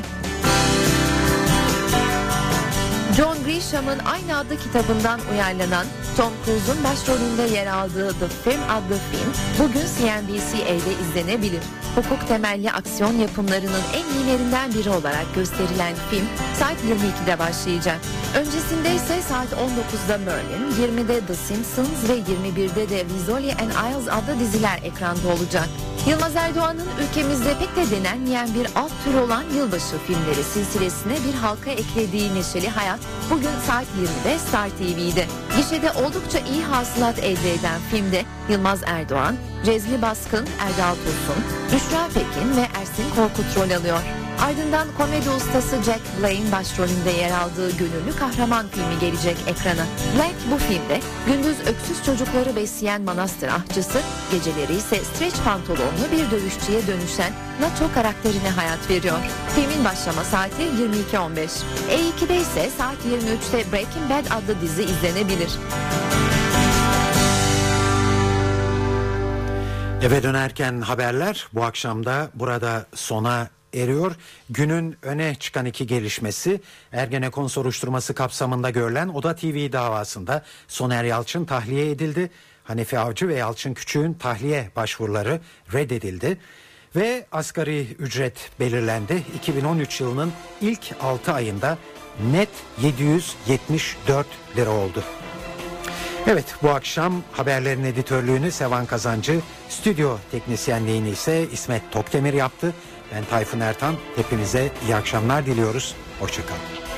John Grisham'ın aynı adlı kitabından uyarlanan Tom Cruise'un başrolünde yer aldığı The Film adlı film bugün CNBC'de izlenebilir. Hukuk temelli aksiyon yapımlarının en iyilerinden biri olarak gösterilen film saat 22'de başlayacak. Öncesinde ise saat 19'da Merlin, 20'de The Simpsons ve 21'de de Rizzoli and Isles adlı diziler ekranda olacak. Yılmaz Erdoğan'ın ülkemizde pek de denenmeyen bir alt tür olan yılbaşı filmleri silsilesine bir halka eklediği Neşeli Hayat bugün saat 20'de Star TV'de. Gişede oldukça iyi hasılat elde eden filmde Yılmaz Erdoğan, Cezmi Baskın, Erdal Tosun, Büşra Pekin ve Ersin Korkut rol alıyor. Ardından komedi ustası Jack Black'in başrolünde yer aldığı Gönüllü Kahraman filmi gelecek ekrana. Black bu filmde gündüz öksüz çocukları besleyen manastır ahçısı, geceleri ise streç pantolonlu bir dövüşçüye dönüşen Nacho karakterine hayat veriyor. Filmin başlama saati 22.15. E2'de ise saat 23'te Breaking Bad adlı dizi izlenebilir. Eve dönerken haberler bu akşam da burada sona eriyor. Günün öne çıkan iki gelişmesi Ergenekon soruşturması kapsamında görülen Oda TV davasında Soner Yalçın tahliye edildi. Hanefi Avcı ve Yalçın Küçük'ün tahliye başvuruları reddedildi. Ve asgari ücret belirlendi. 2013 yılının ilk 6 ayında net 774 lira oldu. Evet, bu akşam haberlerin editörlüğünü Sevan Kazancı, stüdyo teknisyenliğini ise İsmet Tokdemir yaptı. Ben Tayfun Ertan, hepinize iyi akşamlar diliyoruz. Hoşça kalın.